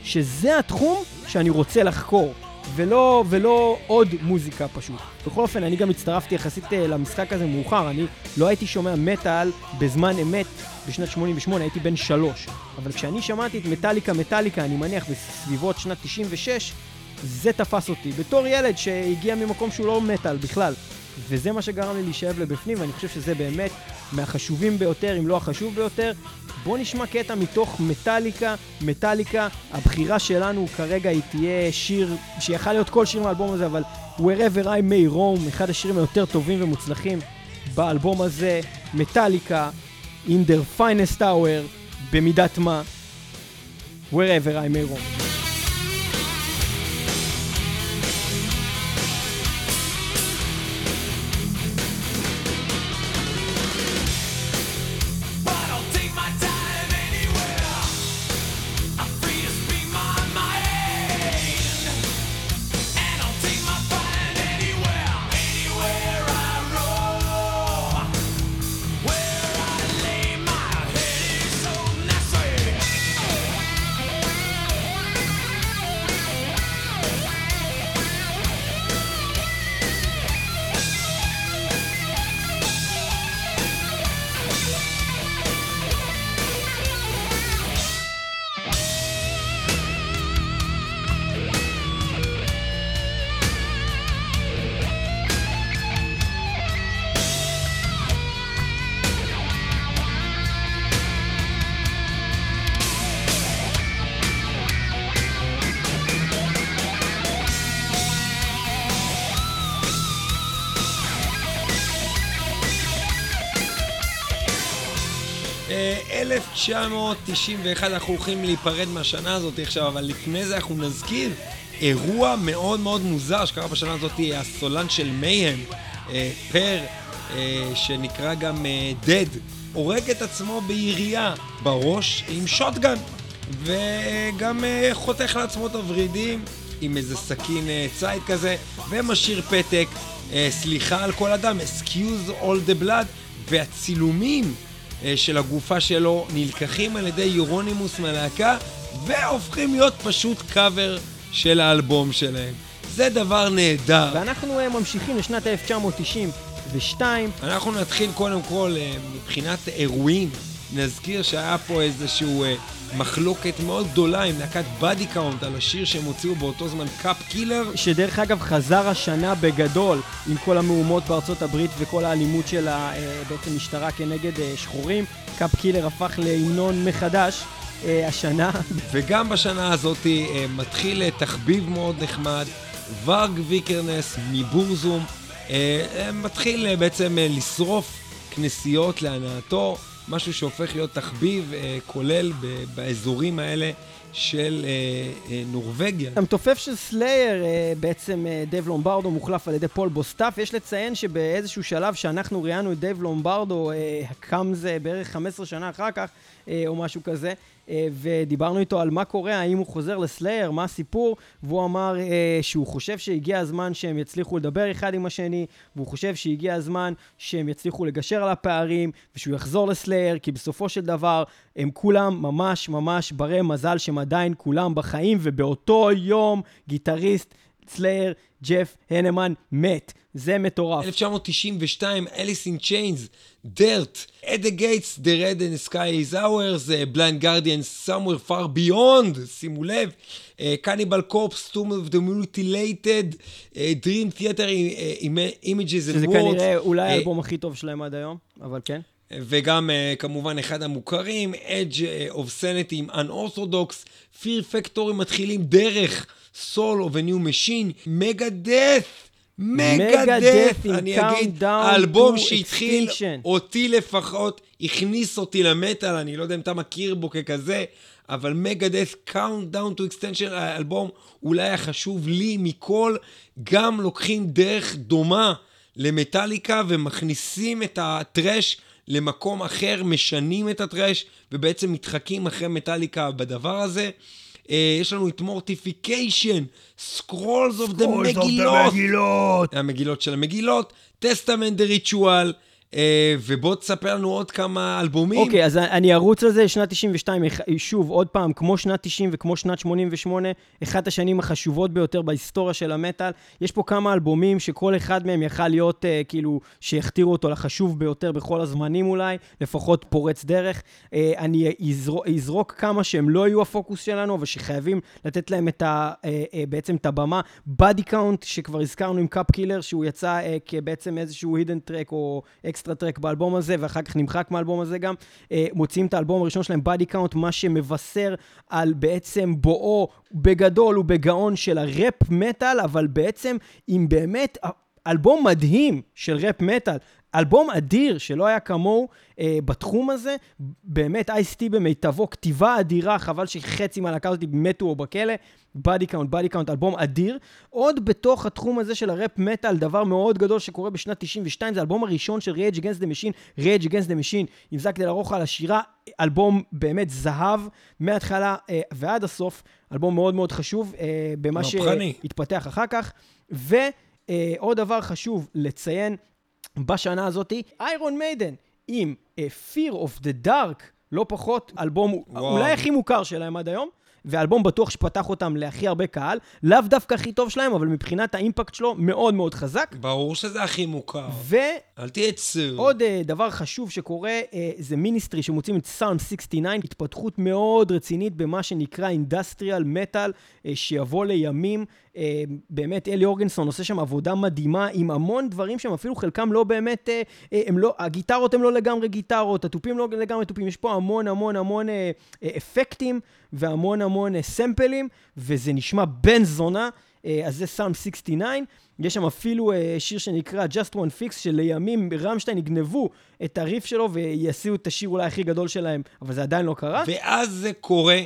שזה התחום שאני רוצה לחקור, ולא, ולא עוד מוזיקה פשוט. בכל אופן, אני גם הצטרפתי יחסית למשחק הזה מאוחר, אני לא הייתי שומע מטאל בזמן אמת בשנת שמונים ושמונה, הייתי בן שלוש. אבל כשאני שמעתי את מטאליקה מטאליקה, אני מניח בסביבות שנת תשעים ושש, זה תפס אותי. בתור ילד שהגיע ממקום שהוא לא מטאל בכלל. וזה מה שגרם לי להישאב לבפנים, ואני חושב שזה באמת מהחשובים ביותר, אם לא החשוב ביותר. בוא נשמע קטע מתוך מטאליקה, מטאליקה, הבחירה שלנו כרגע היא תהיה שיר, שיכל להיות כל שיר מהאלבום הזה, אבל Wherever I May Roam, אחד השירים היותר טובים ומוצלחים באלבום הזה, מטאליקה, In Their Finest Hour, במידת מה, Wherever I May Roam. אלף תשע מאות תשעים ואחת אנחנו הולכים להיפרד מהשנה הזאת עכשיו, אבל לפני זה אנחנו נזכיר אירוע מאוד מאוד מוזר שקרה בשנה הזאת, הסולן של מייהם, אה, פר, אה, שנקרא גם אה, דד, הורג את עצמו בירייה בראש עם שוטגן, וגם אה, חותך לעצמו את הוורידים עם איזה סכין אה, צייד כזה, ומשאיר פתק, אה, סליחה על כל אדם, excuse all the blood, והצילומים של הגופה שלו נלקחים על ידי יורונימוס מהלהקה והופכים להיות פשוט קאבר של האלבום שלהם. זה דבר נהדר. ואנחנו ממשיכים לשנת אלף תשע מאות תשעים ושתיים. אנחנו נתחיל קודם כל מבחינת אירועים. נזכיר שהיה פה איזשהו מחלוקת מאוד גדולה עם להקת בדי קאונט על השיר שהם הוציאו באותו זמן, קאפ קילר, שדרך אגב חזר השנה בגדול עם כל המהומות בארצות הברית וכל האלימות של בעצם משטרה כנגד שחורים. קאפ קילר הפך להמנון מחדש השנה. וגם בשנה הזאת מתחיל תחביב מאוד נחמד, ורג ויקרנס מבורזום, מתחיל בעצם לשרוף כנסיות להנאתו, משהו שהופך להיות תחביב אה, כולל ב- באזורים האלה של אה, אה, נורווגיה. המתופף של סלייר, אה, בעצם אה, דייב לומברדו מוחלף על ידי פול בוסטף. יש לציין שבאיזשהו שלב שאנחנו ראיינו את דייב לומברדו, אה, הקם זה בערך חמש עשרה שנה אחר כך, אה, או משהו כזה, אה, ודיברנו איתו על מה קורה, האם הוא חוזר לסלייר, מה הסיפור, והוא אמר אה, שהוא חושב שהגיע הזמן שהם יצליחו לדבר אחד עם השני, והוא חושב שהגיע הזמן שהם יצליחו לגשר על הפערים, ושהוא יחזור לסלייר, כי בסופו של דבר הם כולם ממש ממש ברי מזל שהם עדיין כולם בחיים, ובאותו יום גיטריסט סלייר ג'ף הנמן מת. זה מטורף. אלף תשע מאות תשעים ושתיים, Alice in Chains, Dirt, At the Gates, The Red and the Sky is Ours, Blind Guardian, Somewhere Far Beyond, שימו לב, Cannibal Corpse, Tomb of the Mutilated, Dream Theater, Images and Words. שזה כנראה אולי האלבום הכי טוב שלהם עד היום, אבל כן. וגם כמובן אחד המוכרים, Edge of Sanity עם Unorthodox, Fear Factory מתחילים דרך Soul of a New Machine, Megadeth, Megadeth, אני אגיד, האלבום שהתחיל אותי לפחות, הכניס אותי למטל, אני לא יודע אם אתה מכיר בו ככזה, אבל Megadeth, Countdown to Extension, האלבום אולי החשוב לי מכל, גם לוקחים דרך דומה למטליקה ומכניסים את הטרש למקום אחר, משנים את הטרש ובעצם מתחקים אחרי מטליקה בדבר הזה. Uh, יש לנו את מורטיפיקיישן, סקרולס אוף דה מגילות, המגילות של המגילות, טסטמנט דה ריטואל, ובוא תספר לנו עוד כמה אלבומים. אוקיי, אז אני ארוץ על זה, שנת תשעים ושתיים, שוב, עוד פעם, כמו שנת תשעים וכמו שנת שמונים ושמונה, אחת השנים החשובות ביותר בהיסטוריה של המטל. יש פה כמה אלבומים שכל אחד מהם יכל להיות, uh, כאילו, שהכתירו אותו לחשוב ביותר בכל הזמנים אולי, לפחות פורץ דרך. Uh, אני אזרוק, אזרוק כמה שהם לא יהיו הפוקוס שלנו, אבל שחייבים לתת להם את ה, uh, uh, בעצם את הבמה. Body Count, שכבר הזכרנו עם קאפ קילר, שהוא יצא uh, כבעצם איזשהו hidden track או אקסטרה טרק באלבום הזה, ואחר כך נמחק מהאלבום הזה גם. Uh, מוצאים את האלבום הראשון שלהם, Body Count, מה שמבשר על בעצם בואו בגדול ובגאון של הראפ מטל, אבל בעצם עם באמת אלבום מדהים של ראפ מטל, אלבום אדיר שלא היה כמוהו אה, בתחום הזה, באמת אייס-טי במיטבו, כתיבה אדירה, חבל שחצי מהלהקה הזאת מתו או בכלא, Body Count, Body Count, אלבום אדיר. עוד בתוך התחום הזה של הראפ מטל, דבר מאוד גדול שקורה בשנת תשעים ושתיים, זה האלבום הראשון של Rage Against the Machine, Rage Against the Machine, עם זק דה לה רוחו על השירה, אלבום באמת זהב, מההתחלה אה, ועד הסוף, אלבום מאוד מאוד חשוב, אה, במה שהתפתח אחר כך. ועוד דבר חשוב לציין, בשנה הזאת, איירון מיידן עם uh, Fear of the Dark, לא פחות, אלבום וואו. אולי הכי מוכר שלהם עד היום, ואלבום בטוח שפתח אותם להכי הרבה קהל, לאו דווקא הכי טוב שלהם, אבל מבחינת האימפקט שלו מאוד מאוד חזק. ברור שזה הכי מוכר. ו... אל תייצר. עוד uh, דבר חשוב שקורה, uh, זה מיניסטרי שמוצאים את סאונד תשעים ותשע, התפתחות מאוד רצינית במה שנקרא אינדסטריאל מטל, uh, שיבוא לימים, uh, באמת אלי אורגנסון עושה שם עבודה מדהימה, עם המון דברים שהם אפילו חלקם לא באמת, uh, uh, הם לא, הגיטרות הם לא לגמרי גיטרות, הטופים לא לגמרי טופים, יש פה המון המון המון uh, uh, אפקטים, והמון המון uh, סמפלים, וזה נשמע בן זונה, uh, אז זה סאונד תשעים ותשע, יש שם אפילו uh, שיר שנקרא Just One Fix, שלימים רמשטיין יגנבו את הריף שלו, ויעשו את השיר אולי הכי גדול שלהם, אבל זה עדיין לא קרה. ואז זה קורה,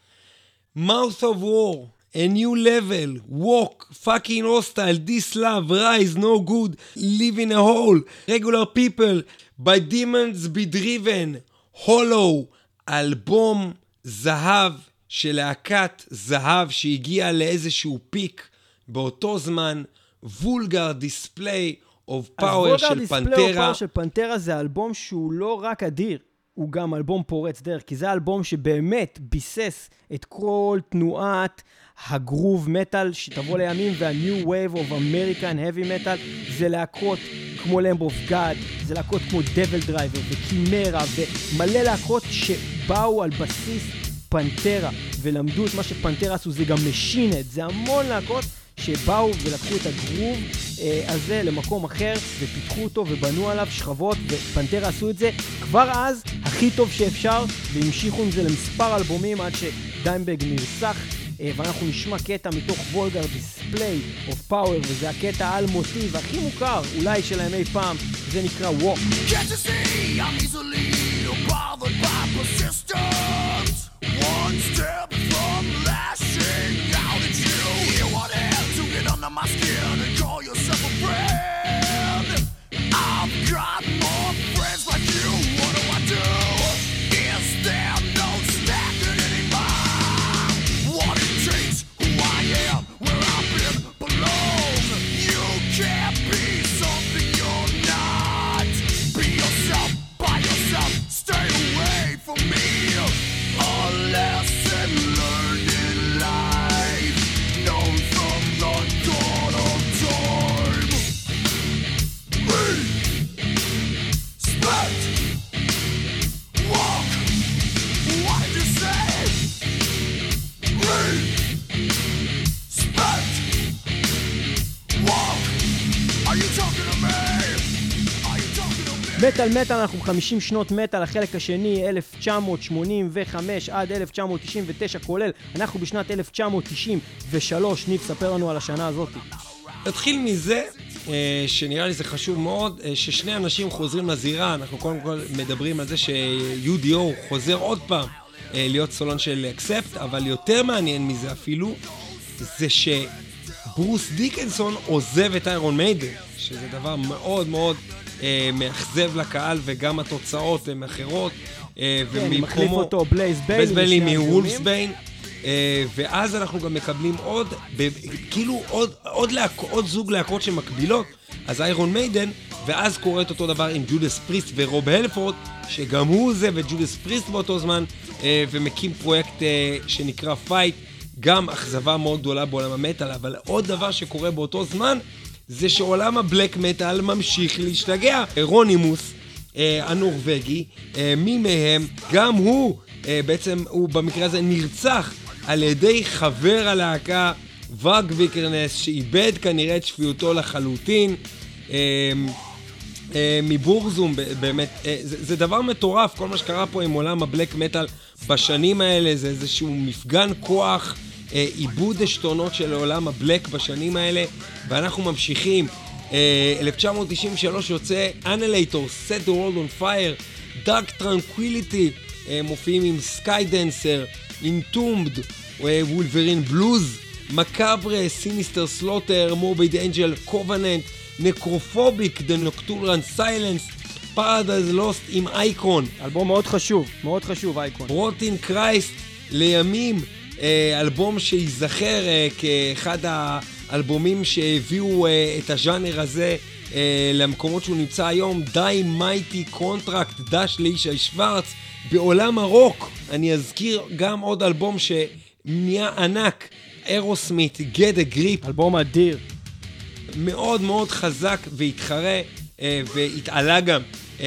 Mouth of War, A New Level, Walk, Fucking Hostile, This Love, Rise, No Good, Live in a Hole, Regular People, By Demons Be Driven, Hollow, אלבום זהב של להקת זהב שהגיע לאיזשהו פיק באותו זמן, וולגר דיספליי אוף פאוור של פנטרה. אז וולגר דיספליי אוף פאוור של פנטרה זה אלבום שהוא לא רק אדיר, הוא גם אלבום פורץ דרך, כי זה אלבום שבאמת ביסס את כל תנועת הגרוב מטל שתבוא לימים, וה-New Wave of American Heavy Metal, זה להקות כמו Lamb of God, זה להקות כמו Devil Driver וקימרה, ומלא להקות שבאו על בסיס פנטרה, ולמדו את מה שפנטרה עשו, זה גם משינט, זה המון להקות שבאו ולקחו את הגרוב אה, הזה למקום אחר, ופיתחו אותו ובנו עליו שכבות, ופנטרה עשו את זה כבר אז הכי טוב שאפשר, והמשיכו עם זה למספר אלבומים עד שדיימבג נרצח, אה, ואנחנו נשמע קטע מתוך וולגר דיספליי אוף פאוור, וזה הקטע על מוטיב הכי מוכר אולי שלהם אי פעם, זה נקרא Walk. Can't you see I'm easily bothered by persistence, one step from lashing out at you, you want to get under my skin and call yourself a friend. I've got more friends like you, what do I do? Is there no standing anymore? What it takes, who I am, where I've been, belong. You can't be something you're not. Be yourself, by yourself, stay away from me. A lesson learned in life, known from the dawn of time. Respect. Walk. What did you say? Respect. Walk. Are you talking to me? Are you talking to me? מטל מטל, אנחנו חמישים שנות מטל, החלק השני אלף תשע מאות שמונים וחמש עד אלף תשע מאות תשעים ותשע כולל, אנחנו בשנת אלף תשע מאות תשעים ושלוש, ניב ספר לנו על השנה הזאת. נתחיל מזה שנראה לי זה חשוב מאוד, ששני אנשים חוזרים לזירה, אנחנו קודם כל מדברים על זה ש-יו די או חוזר עוד פעם להיות סולן של אקספט, אבל יותר מעניין מזה אפילו, זה שברוס דיקנסון עוזב את איירון מיידן, שזה דבר מאוד מאוד מאכזב לקהל, וגם התוצאות הן אחרות. כן, מחליף אותו בלייז ביילי מוולפסביין, ואז אנחנו גם מקבלים עוד, כאילו עוד זוג להקות שמקבילות. אז איירון מיידן ואז קורה את אותו דבר עם ג'ודס פריסט ורוב הלפורד, שגם הוא זה וג'ודס פריסט באותו זמן, ומקים פרויקט שנקרא פייט, גם אכזבה מאוד גדולה בעולם המטל, אבל עוד דבר שקורה באותו זמן, זה שעולם הבלק מטל ממשיך להשתגע. רונימוס, הנורווגי, מי מהם, גם הוא, בעצם הוא במקרה הזה נרצח על ידי חבר הלהקה, ואג ויקרנס, שאיבד כנראה את שפיותו לחלוטין, מבורזום, באמת, זה, זה דבר מטורף, כל מה שקרה פה עם עולם הבלק מטל בשנים האלה, זה איזשהו מפגן כוח, עיבוד השתונות של עולם הבלק בשנים האלה, ואנחנו ממשיכים. אלף תשע מאות תשעים ושלוש יוצא Annihilator, Set the World on Fire, Dark Tranquility, מופיעים עם Sky Dancer, Entombed, Wolverine Blues, Macabre, Sinister Slaughter, Morbid Angel, Covenant, Necrophobic, The Nocturnal Silence, Paradise Lost עם אייקון. אלבום מאוד חשוב, מאוד חשוב אייקון. רוטין קרייסט, לימים, אלבום שיזכר כאחד האלבומים שהביאו את הז'אנר הזה למקומות שהוא נמצא היום. די מייטי קונטרקט, דש לישי שוורץ. בעולם הרוק אני אזכיר גם עוד אלבום שנהיה ענק, אירוסמית, Get a Grip. אלבום אדיר. מאוד מאוד חזק והתחרה והתעלה גם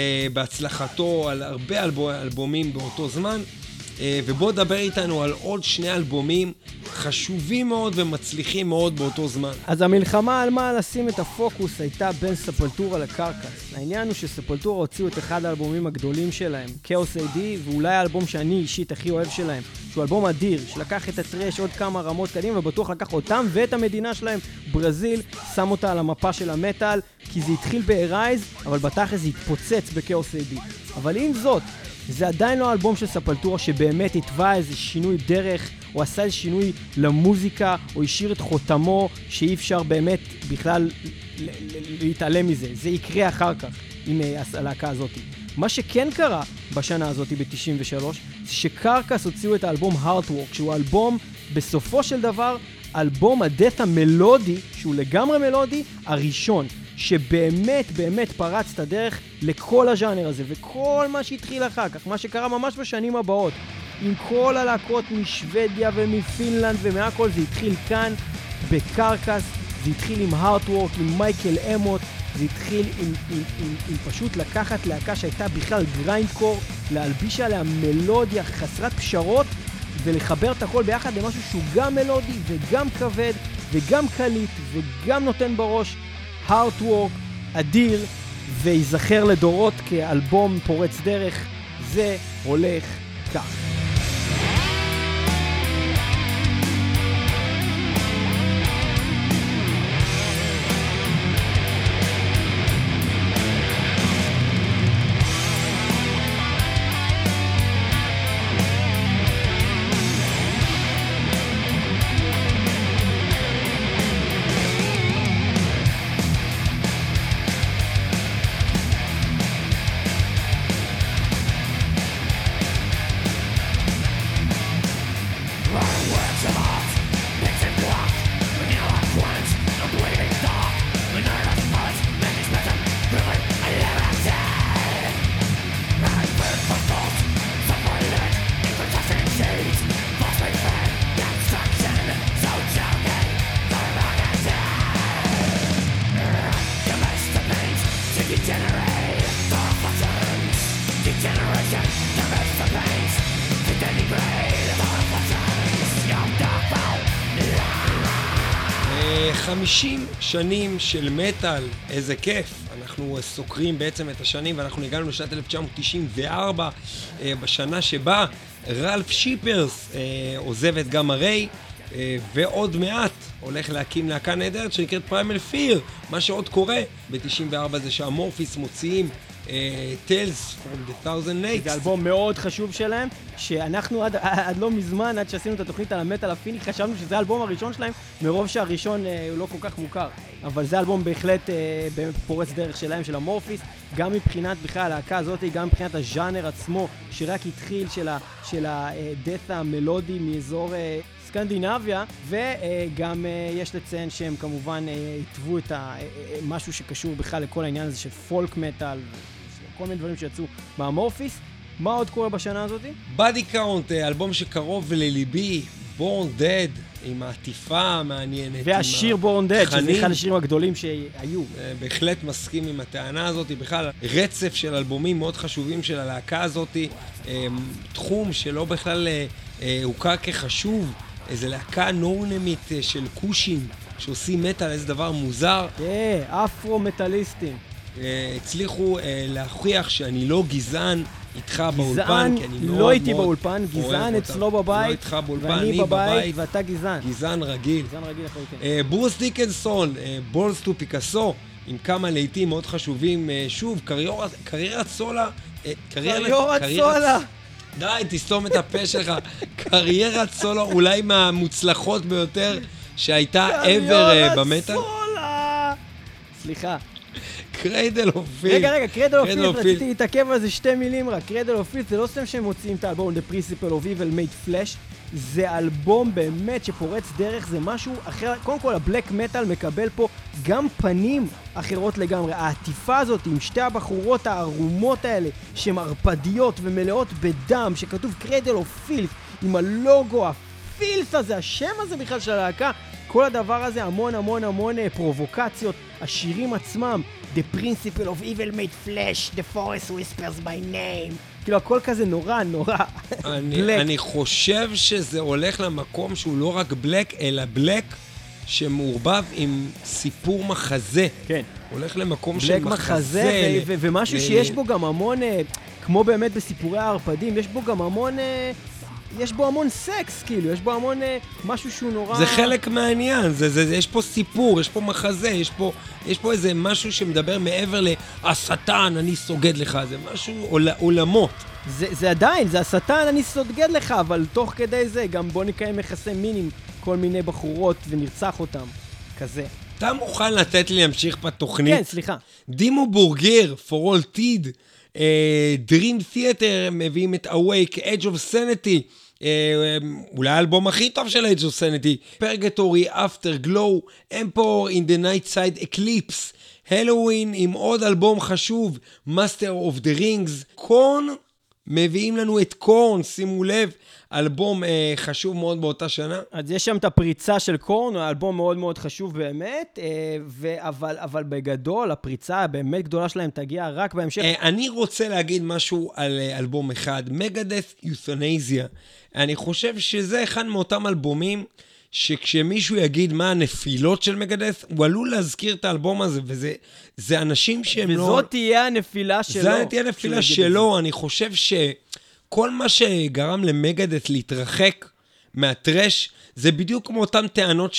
בהצלחתו על הרבה אלבומים באותו זמן. ובוא דבר איתנו על עוד שני אלבומים חשובים מאוד ומצליחים מאוד באותו זמן. אז המלחמה על מה לשים את הפוקוס הייתה בין ספולטורה לקרקס. העניין הוא שספולטורה הוציאו את אחד האלבומים הגדולים שלהם, כאוס איי די, ואולי האלבום שאני אישית הכי אוהב שלהם, שהוא אלבום אדיר, שלקח את הטרש עוד כמה רמות קדימה, ובטוח לקח אותם ואת המדינה שלהם, ברזיל, שם אותה על המפה של המטל, כי זה התחיל בארייז, אבל בתכל'ס זה התפוצץ בכאוס איי די. אבל עם זאת, זה עדיין לא האלבום של ספולטורה שבאמת התווה איזה שינוי דרך, או עשה איזה שינוי למוזיקה, או השאיר את חותמו, שאי אפשר באמת בכלל להתעלם מזה. זה יקרה אחר כך עם הלהקה הזאת. מה שכן קרה בשנה הזאת ב-תשעים ושלוש, זה שקרקס הוציאו את האלבום Heartwork, שהוא אלבום בסופו של דבר, אלבום הדאט המלודי, שהוא לגמרי מלודי, הראשון. שבאמת באמת פרץ את הדרך לכל הז'אנר הזה, וכל מה שהתחיל אחר כך, מה שקרה ממש בשנים הבאות, עם כל הלהקות משוודיה ומפינלנד ומהכל, זה התחיל כאן בקרקס, זה התחיל עם Heartwork, עם מייקל אמוט, זה התחיל עם, עם, עם, עם פשוט לקחת להקה שהייתה בכלל גריינדקור, להלביש עליה מלודיה חסרת פשרות, ולחבר את הכל ביחד למשהו שהוא גם מלודי וגם כבד וגם קליט וגם נותן בראש. Heartwork, אדיר, ויזכר לדורות כאלבום פורץ דרך. זה הולך כך. חמישים שנים של מטל, איזה כיף. אנחנו סוקרים בעצם את השנים, ואנחנו הגענו לשנת אלף תשע מאות תשעים וארבע, בשנה שבה רלף שיפרס עוזב את גאמה ריי, ועוד מעט הולך להקים להקה נהדרת שנקראת פריימל פיר. מה שעוד קורה ב-תשעים וארבע זה שהמורפיס מוציאים uh, Tales from the Thousand Lakes. זה אלבום מאוד חשוב שלהם, שאנחנו עד, עד לא מזמן, עד שעשינו את התוכנית על המטל הפיני, חשבנו שזה האלבום הראשון שלהם, מרוב שהראשון uh, הוא לא כל כך מוכר. אבל זה אלבום בהחלט uh, פורץ דרך שלהם, של המורפיס, גם מבחינת בכלל הלהקה הזאת, גם מבחינת הז'אנר עצמו, שרק התחיל של הדאט המלודי מאזור uh, סקנדינביה, וגם יש לציין שהם כמובן התוו את משהו שקשור בכלל לכל העניין הזה של פולק מטל, כל מיני דברים שיצאו מהמורפיס. מה עוד קורה בשנה הזאת? בדי קאונט, אלבום שקרוב לליבי, בורן דד, עם העטיפה המעניינת. והשיר בורן דד, שזה אחד השירים הגדולים שהיו. בהחלט מסכים עם הטענה הזאת, בכלל רצף של אלבומים מאוד חשובים של הלהקה הזאת, תחום שלא בכלל הוכר כחשוב, איזה להקה נורנמית של קושים, שעושים מטל, איזה דבר מוזר. כן, אפרו-מטליסטים. הצליחו להוכיח שאני לא גזען איתך באולפן, כי אני מאוד לא איתי באולפן, גזען אצלו בבית, לא איתך באולפן, ואני בבית, ואתה גזען. גזען רגיל. גזען רגיל לחלוטין. ברוס דיקנסון, בולס טו פיקאסו, עם כמה לעיתים מאוד חשובים, שוב, קריירת סולה. קריירת סולה! די, תסתום את הפה שלך. קריירת סולה אולי מהמוצלחות ביותר שהייתה ever במטל. קריירת סולה! סליחה. קריידל אוף פילד. רגע, רגע, קריידל אוף פילד, רציתי להתעכב על זה שתי מילים רק. קריידל אוף פילד זה לא סתם שהם מוציאים את האלבום The Principle of Evil Made Flesh, זה אלבום באמת שפורץ דרך, זה משהו אחר. קודם כל, הבלק מטל מקבל פה גם פנים אחרות לגמרי. העטיפה הזאת עם שתי הבחורות הערומות האלה, שהן ערפדיות ומלאות בדם, שכתוב קריידל אוף פילד, עם הלוגו, הפילס הזה, השם הזה בכלל של הלהקה, כל הדבר הזה, המון המון המון פרובוקציות, השירים עצמם, The Principle of Evil Made Flesh, The Forest Whispers by Name, כאילו הכל כזה נורא נורא אני, אני חושב שזה הולך למקום שהוא לא רק בלק, אלא בלק שמעורבב עם סיפור מחזה. כן. הולך למקום של בלק מחזה. מחזה, ו- ו- ומשהו שיש בו גם המון, כמו באמת בסיפורי הערפדים, יש בו גם המון... יש בו המון סקס, כאילו, יש בו המון אה, משהו שהוא נורא... זה חלק מהעניין, זה, זה, זה, יש פה סיפור, יש פה מחזה, יש פה, יש פה איזה משהו שמדבר מעבר להשטן, אני סוגד לך, זה משהו עול, עולמות. זה, זה עדיין, זה השטן, אני סוגד לך, אבל תוך כדי זה, גם בוא נקיים יחסי מין עם כל מיני בחורות ונרצח אותם, כזה. אתה מוכן לתת לי להמשיך בתוכנית? כן, סליחה. דימו בורגר, For All Tid, uh, Dream Theater, מביאים את Awake, Edge of Sanity, uh, אולי האלבום הכי טוב של Edge of Sanity, Purgatory, Afterglow, Emperor in the Night Side Eclipse, Halloween עם עוד אלבום חשוב, Master of the Rings, קורן, מביאים לנו את קורן, שימו לב, אלבום אה, חשוב מאוד באותה שנה. אז יש שם את הפריצה של קורן, אלבום מאוד מאוד חשוב באמת, אה, ו- אבל, אבל בגדול, הפריצה הבאמת גדולה שלהם תגיע רק בהמשך. אה, אני רוצה להגיד משהו על אה, אלבום אחד, Megadeth Euthanasia. אני חושב שזה אחד מאותם אלבומים, שכשמישהו יגיד מה הנפילות של מגדס, הוא עלול להזכיר את האלבום הזה, וזה זה אנשים שהם לא... וזאת תהיה הנפילה שלו. זו תהיה הנפילה שלו, אני חושב שכל מה שגרם למגדס להתרחק מהטרש, זה בדיוק כמו אותן טענות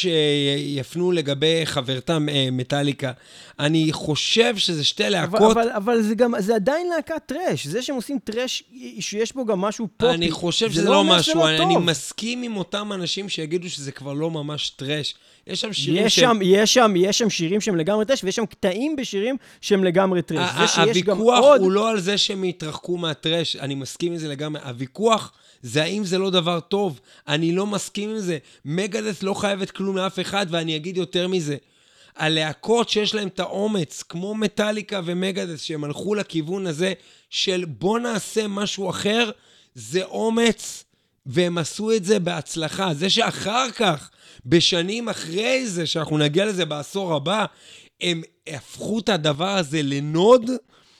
שיפנו לגבי חברתם מטליקה. אני חושב שזה שתי להקות... אבל, אבל, אבל זה, גם, זה עדיין להקת טרש. זה שהם עושים טרש, שיש בו גם משהו פופי. אני חושב שזה לא משהו. אני, אני מסכים עם אותם אנשים שיגידו שזה כבר לא ממש טרש. יש שם שירים יש שם, יש שם, יש שם שירים שהם לגמרי טרש, ויש שם קטעים בשירים שהם לגמרי טרש. זה שיש גם עוד... הוויכוח הוא לא על זה שהם יתרחקו מהטרש. אני מסכים עם זה לגמרי. הוויכוח... זה האם זה לא דבר טוב, אני לא מסכים עם זה, מגדס לא חייבת כלום לאף אחד, ואני אגיד יותר מזה, הלהקות שיש להם את האומץ, כמו מטליקה ומגדס, שהם הלכו לכיוון הזה, של בוא נעשה משהו אחר, זה אומץ, והם עשו את זה בהצלחה, זה שאחר כך, בשנים אחרי זה, שאנחנו נגיע לזה בעשור הבא, הם הפכו את הדבר הזה לנוד,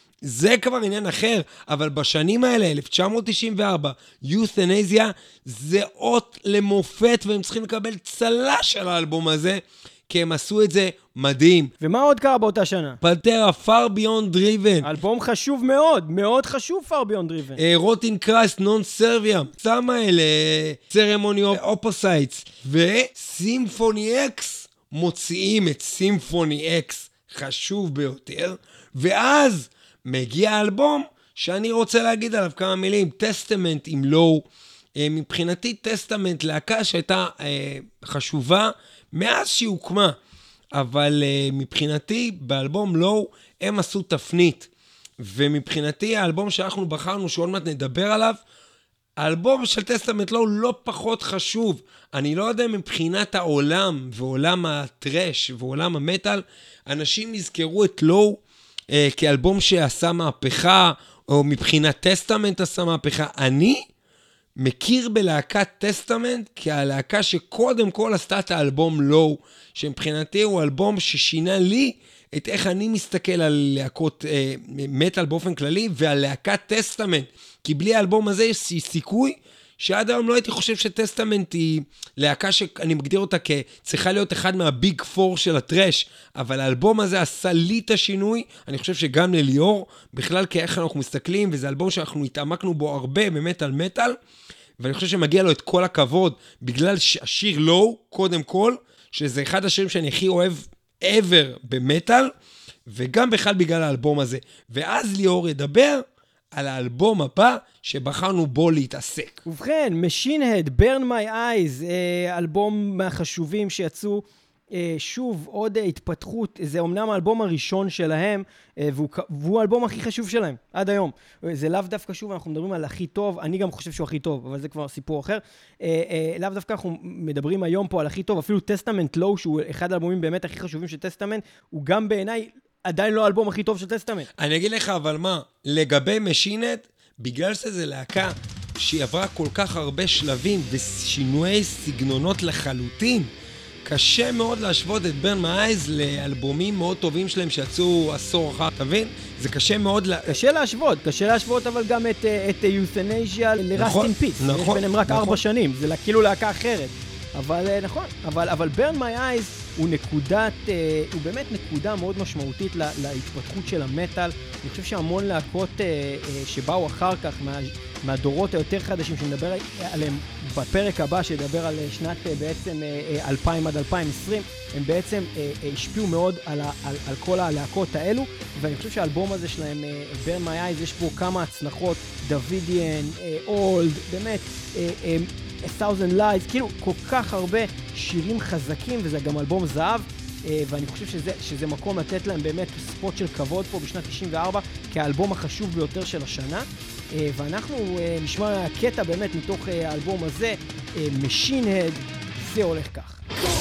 זה כבר עניין אחר, אבל בשנים האלה, אלף תשע מאות תשעים וארבע, Euthanasia, זה אות למופת, והם צריכים לקבל צל"ש על האלבום הזה, כי הם עשו את זה מדהים. ומה עוד קרה באותה שנה? פלטרה, Far Beyond Driven. אלבום חשוב מאוד, מאוד חשוב Far Beyond Driven. רוטין קרייסט, נון סרביה, סמאל, צרמוני אופוסייטס, וסימפוני אקס, מוציאים את סימפוני אקס, חשוב ביותר, ואז... מגיע האלבום שאני רוצה להגיד עליו כמה מילים, טסטמנט עם לואו, מבחינתי טסטמנט להקה שהייתה אה, חשובה מאז שהיא הוקמה, אבל אה, מבחינתי באלבום לואו הם עשו תפנית, ומבחינתי האלבום שאנחנו בחרנו שעוד מעט נדבר עליו, האלבום של טסטמנט לואו לא פחות חשוב. אני לא יודע מבחינת העולם ועולם הטרש ועולם המטל, אנשים יזכרו את לואו אה, כאלבום שעשה מהפכה, או מבחינת טסטמנט עשה מהפכה. אני מכיר בלהקת טסטמנט כהלהקה שקודם כל עשתה את האלבום לואו, שמבחינתי הוא אלבום ששינה לי את איך אני מסתכל על להקות אה, מטל באופן כללי, ועל להקת טסטמנט. כי בלי האלבום הזה יש סיכוי שעד היום לא הייתי חושב שטסטמנט היא להקה שאני מגדיר אותה כצריכה להיות אחד מהביג פור של הטרש, אבל האלבום הזה עשה לי את השינוי, אני חושב שגם לליאור, בכלל כאיך אנחנו מסתכלים, וזה אלבום שאנחנו התעמקנו בו הרבה במטל מטל, ואני חושב שמגיע לו את כל הכבוד, בגלל השיר לואו, קודם כל, שזה אחד השירים שאני הכי אוהב ever במטל, וגם בכלל בגלל האלבום הזה. ואז ליאור ידבר על האלבום הבא שבחרנו בו להתעסק. ובכן, Machine Head, Burn My Eyes, אלבום מהחשובים שיצאו, שוב, עוד התפתחות, זה אומנם האלבום הראשון שלהם, והוא, והוא האלבום הכי חשוב שלהם, עד היום. זה לאו דווקא שוב, אנחנו מדברים על הכי טוב, אני גם חושב שהוא הכי טוב, אבל זה כבר סיפור אחר. לאו דווקא אנחנו מדברים היום פה על הכי טוב, אפילו טסטמנט לואו, שהוא אחד האלבומים באמת הכי חשובים של טסטמנט, הוא גם בעיניי עדיין לא האלבום הכי טוב של טסטמנט. אני אגיד לך, אבל מה, לגבי משינט, בגלל שזה להקה שהיא עברה כל כך הרבה שלבים ושינויי סגנונות לחלוטין, קשה מאוד להשוות את Burn My Eyes לאלבומים מאוד טובים שלהם שיצאו עשור אחר, תבין? זה קשה מאוד לה... קשה להשוות, קשה להשוות אבל גם את, את Euthanasia ל-Rust in Peace. נכון, יש ביניהם רק נכון. ארבע שנים, זה כאילו להקה אחרת. אבל נכון, אבל, אבל Burn My Eyes הוא נקודת, הוא באמת נקודה מאוד משמעותית לה, להתפתחות של המטל. אני חושב שהמון להקות שבאו אחר כך מה, מהדורות היותר חדשים שנדבר עליהם בפרק הבא, שידבר על שנת בעצם אלפיים עד אלפיים ועשרים, הם בעצם השפיעו מאוד על, על, על כל הלהקות האלו, ואני חושב שהאלבום הזה שלהם, Burn My Eyes, יש בו כמה הצלחות, דוידיאן, אולד, באמת, A Thousand Lies, כאילו כל כך הרבה שירים חזקים, וזה גם אלבום זהב, ואני חושב שזה, שזה מקום לתת להם באמת ספוט של כבוד פה בשנת תשעים וארבע, כאלבום החשוב ביותר של השנה, ואנחנו נשמע קטע באמת מתוך האלבום הזה, Machine Head, זה הולך כך.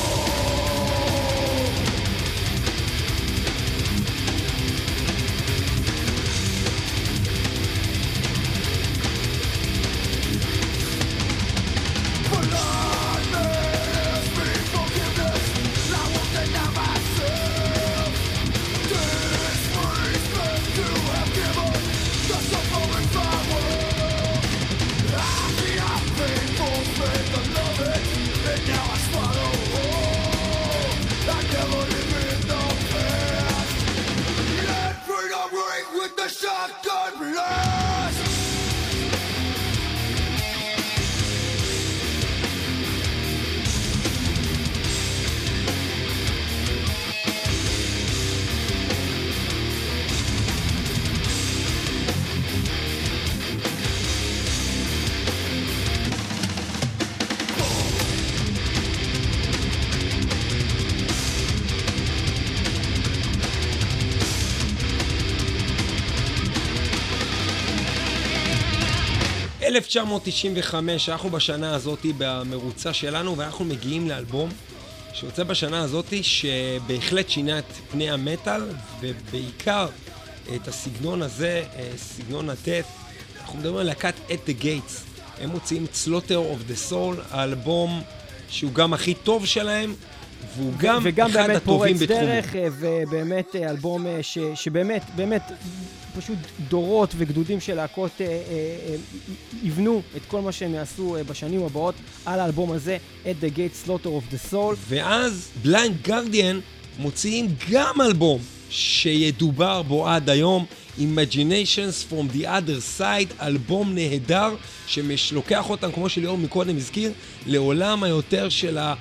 אלף תשע מאות תשעים וחמש, אנחנו בשנה הזאת במרוצה שלנו, ואנחנו מגיעים לאלבום שיוצא בשנה הזאת שבהחלט שינה את פני המטל, ובעיקר את הסגנון הזה, סגנון הדאט. אנחנו מדברים על להקת At the Gates. הם מוציאים Slaughter of the Soul, האלבום שהוא גם הכי טוב שלהם, והוא גם וגם אחד הטובים בתחומו. וגם באמת פורץ דרך, ובאמת אלבום ש, שבאמת, באמת, פשוט דורות וגדודים של להקות אה, אה, יבנו את כל מה שהם יעשו אה, בשנים הבאות על האלבום הזה, At the Gates, Slaughter of the Soul. ואז Blind Guardian מוציאים גם אלבום שידובר בו עד היום, Imaginations from the Other Side, אלבום נהדר שלוקח אותם, כמו שליאור מקודם הזכיר, לעולם היותר של ה...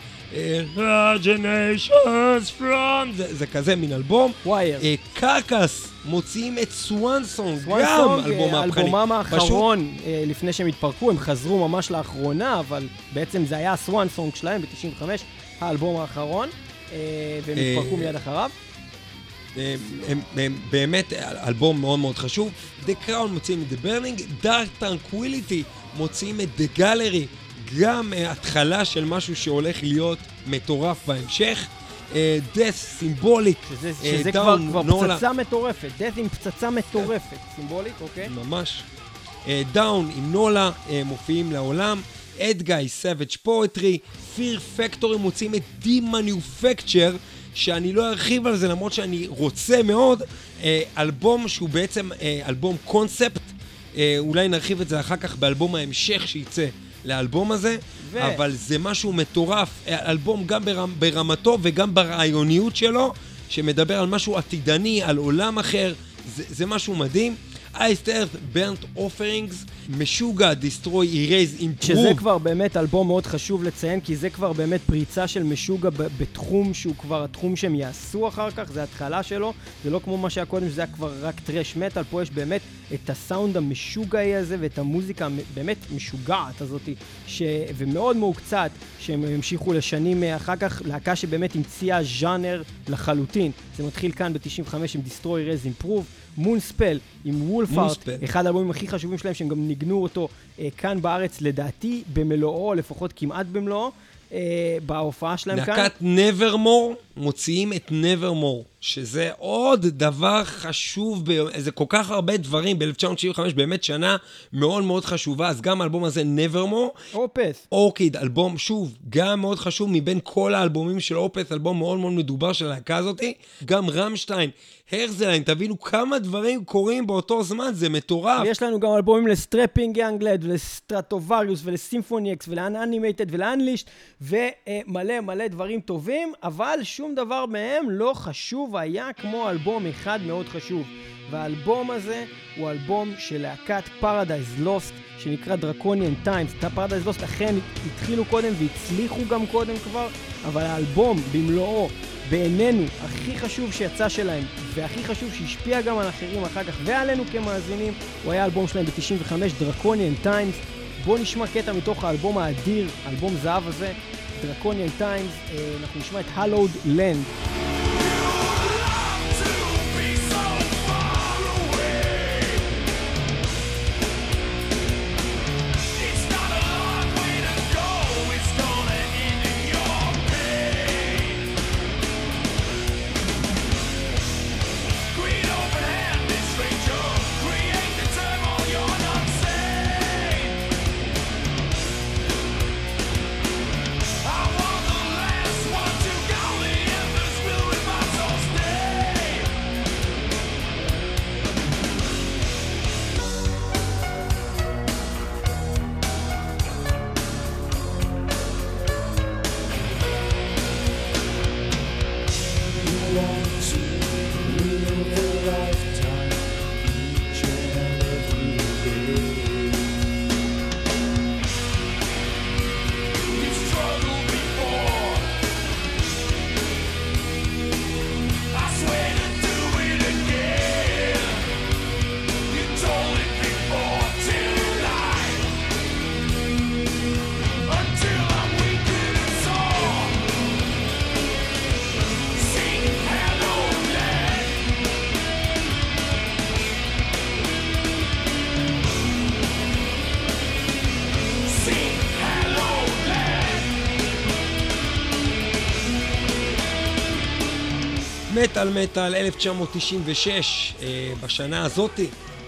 Imaginations from... זה, זה כזה מין אלבום. ווייר. קרקס מוציאים את סואן סונג, גם אלבום מהפכני. אלבומם האחרון, פשוט... לפני שהם התפרקו, הם חזרו ממש לאחרונה, אבל בעצם זה היה הסואן סונג שלהם ב-תשעים וחמש, האלבום האחרון, והם התפרקו מיד אחריו. הם, הם באמת אלבום מאוד מאוד חשוב. The Crown מוציאים את The Burning, Dark Tranquility מוציאים את The Gallery, גם התחלה של משהו שהולך להיות מטורף בהמשך. Death Symbolic, שזה, שזה כבר, כבר פצצה מטורפת, Death עם פצצה מטורפת, סימבוליק, אוקיי? ממש. דאון עם נולה מופיעים לעולם, אדגאי, סאביג' פואטרי, פיר פקטורי מוצאים את די-מניופקצ'ר, שאני לא ארחיב על זה למרות שאני רוצה מאוד, אלבום שהוא בעצם אלבום קונספט, אולי נרחיב את זה אחר כך באלבום ההמשך שייצא לאלבום הזה, ו... אבל זה משהו מטורף, אלבום גם ברמ, ברמתו וגם ברעיוניות שלו, שמדבר על משהו עתידני, על עולם אחר, זה, זה משהו מדהים. Iced Earth, Burnt Offerings, משוגע, Destroy, Erase, Improve. שזה כבר באמת אלבום מאוד חשוב לציין, כי זה כבר באמת פריצה של משוגע בתחום שהוא כבר התחום שהם יעשו אחר כך, זה התחלה שלו, זה לא כמו מה שהיה קודם, שזה היה כבר רק טרש מטל, פה יש באמת את הסאונד המשוגעי הזה ואת המוזיקה באמת משוגעת הזאת, ש... ומאוד מעוקצת, שהם המשיכו לשנים אחר כך, להקה שבאמת המציאה ז'אנר לחלוטין. זה מתחיל כאן ב-תשעים וחמש עם Destroy, Erase, Improve, מונספל עם וולפארט, אחד האלבומים הכי חשובים שלהם שהם גם ניגנו אותו אה, כאן בארץ לדעתי במלואו, לפחות כמעט במלואו, אה, בהופעה שלהם כאן. להקת נברמור מוציאים את נברמור, שזה עוד דבר חשוב, זה כל כך הרבה דברים, ב-אלף תשע מאות תשעים וחמש באמת שנה מאוד מאוד חשובה, אז גם האלבום הזה נברמור. אופס. אורקיד, אלבום שוב, גם מאוד חשוב מבין כל האלבומים של אופס, אלבום מאוד מאוד מדובר של הלהקה הזאת, גם רמשטיין, הרזליין, תבינו כמה דברים קורים באותו זמן, זה מטורף. יש לנו גם אלבומים לסטרפינג יאנגלד, ולסטרטובריוס, ולסימפוני אקס, ולאנאנימייטד, ולאנלישט, ומלא מלא דברים טובים, אבל שום דבר מהם לא חשוב היה כמו אלבום אחד מאוד חשוב. והאלבום הזה הוא אלבום של להקת Paradise Lost, שנקרא Draconian Times. Paradise Lost אכן התחילו קודם והצליחו גם קודם כבר, אבל האלבום במלואו, בעינינו, הכי חשוב שיצא שלהם, והכי חשוב שהשפיע גם על אחרים אחר כך, ועלינו כמאזינים, הוא היה האלבום שלהם ב-תשעים וחמש, Draconian Times. בואו נשמע קטע מתוך האלבום האדיר, האלבום זהב הזה, Draconian Times. אנחנו נשמע את Hallowed Land. מטל מטל אלף תשע מאות תשעים ושש, בשנה הזאת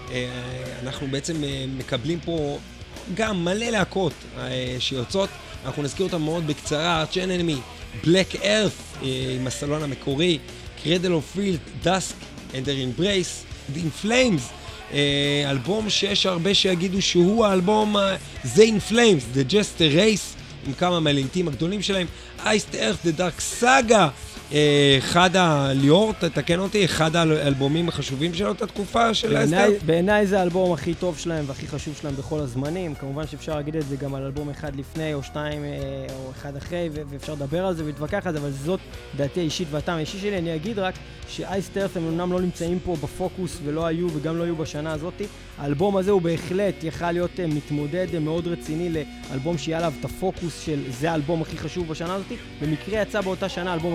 אנחנו בעצם מקבלים פה גם מלא להקות שיוצאות, אנחנו נזכיר אותם מאוד בקצרה: Arch Enemy, Black Earth עם הסלון המקורי, Cradle of Filth, Dusk and Their Embrace, In Flames, אלבום שיש הרבה שיגידו שהוא האלבום זה In Flames, The Just a Race, עם כמה מהלהיטים הגדולים שלהם, Iced Earth, The Dark Saga, אחד הליאור, תתקן אותי, אחד האלבומים החשובים של אותה תקופה של אסטר. בעיניי זה האלבום הכי טוב שלהם והכי חשוב שלהם בכל הזמנים. כמובן שאפשר להגיד את זה גם על אלבום אחד לפני או שתיים או אחד אחרי, ואפשר לדבר על זה ולהתווכח על זה, אבל זאת דעתי האישית והטעם האישי שלי. אני אגיד רק שאייסט ארת הם אומנם לא נמצאים פה בפוקוס ולא היו וגם לא היו בשנה הזאת. האלבום הזה הוא בהחלט יכל להיות מתמודד מאוד רציני לאלבום שיהיה עליו את הפוקוס של זה האלבום הכי חשוב בשנה הזאת. במקרה יצא באותה שנה אלבום אחד יותר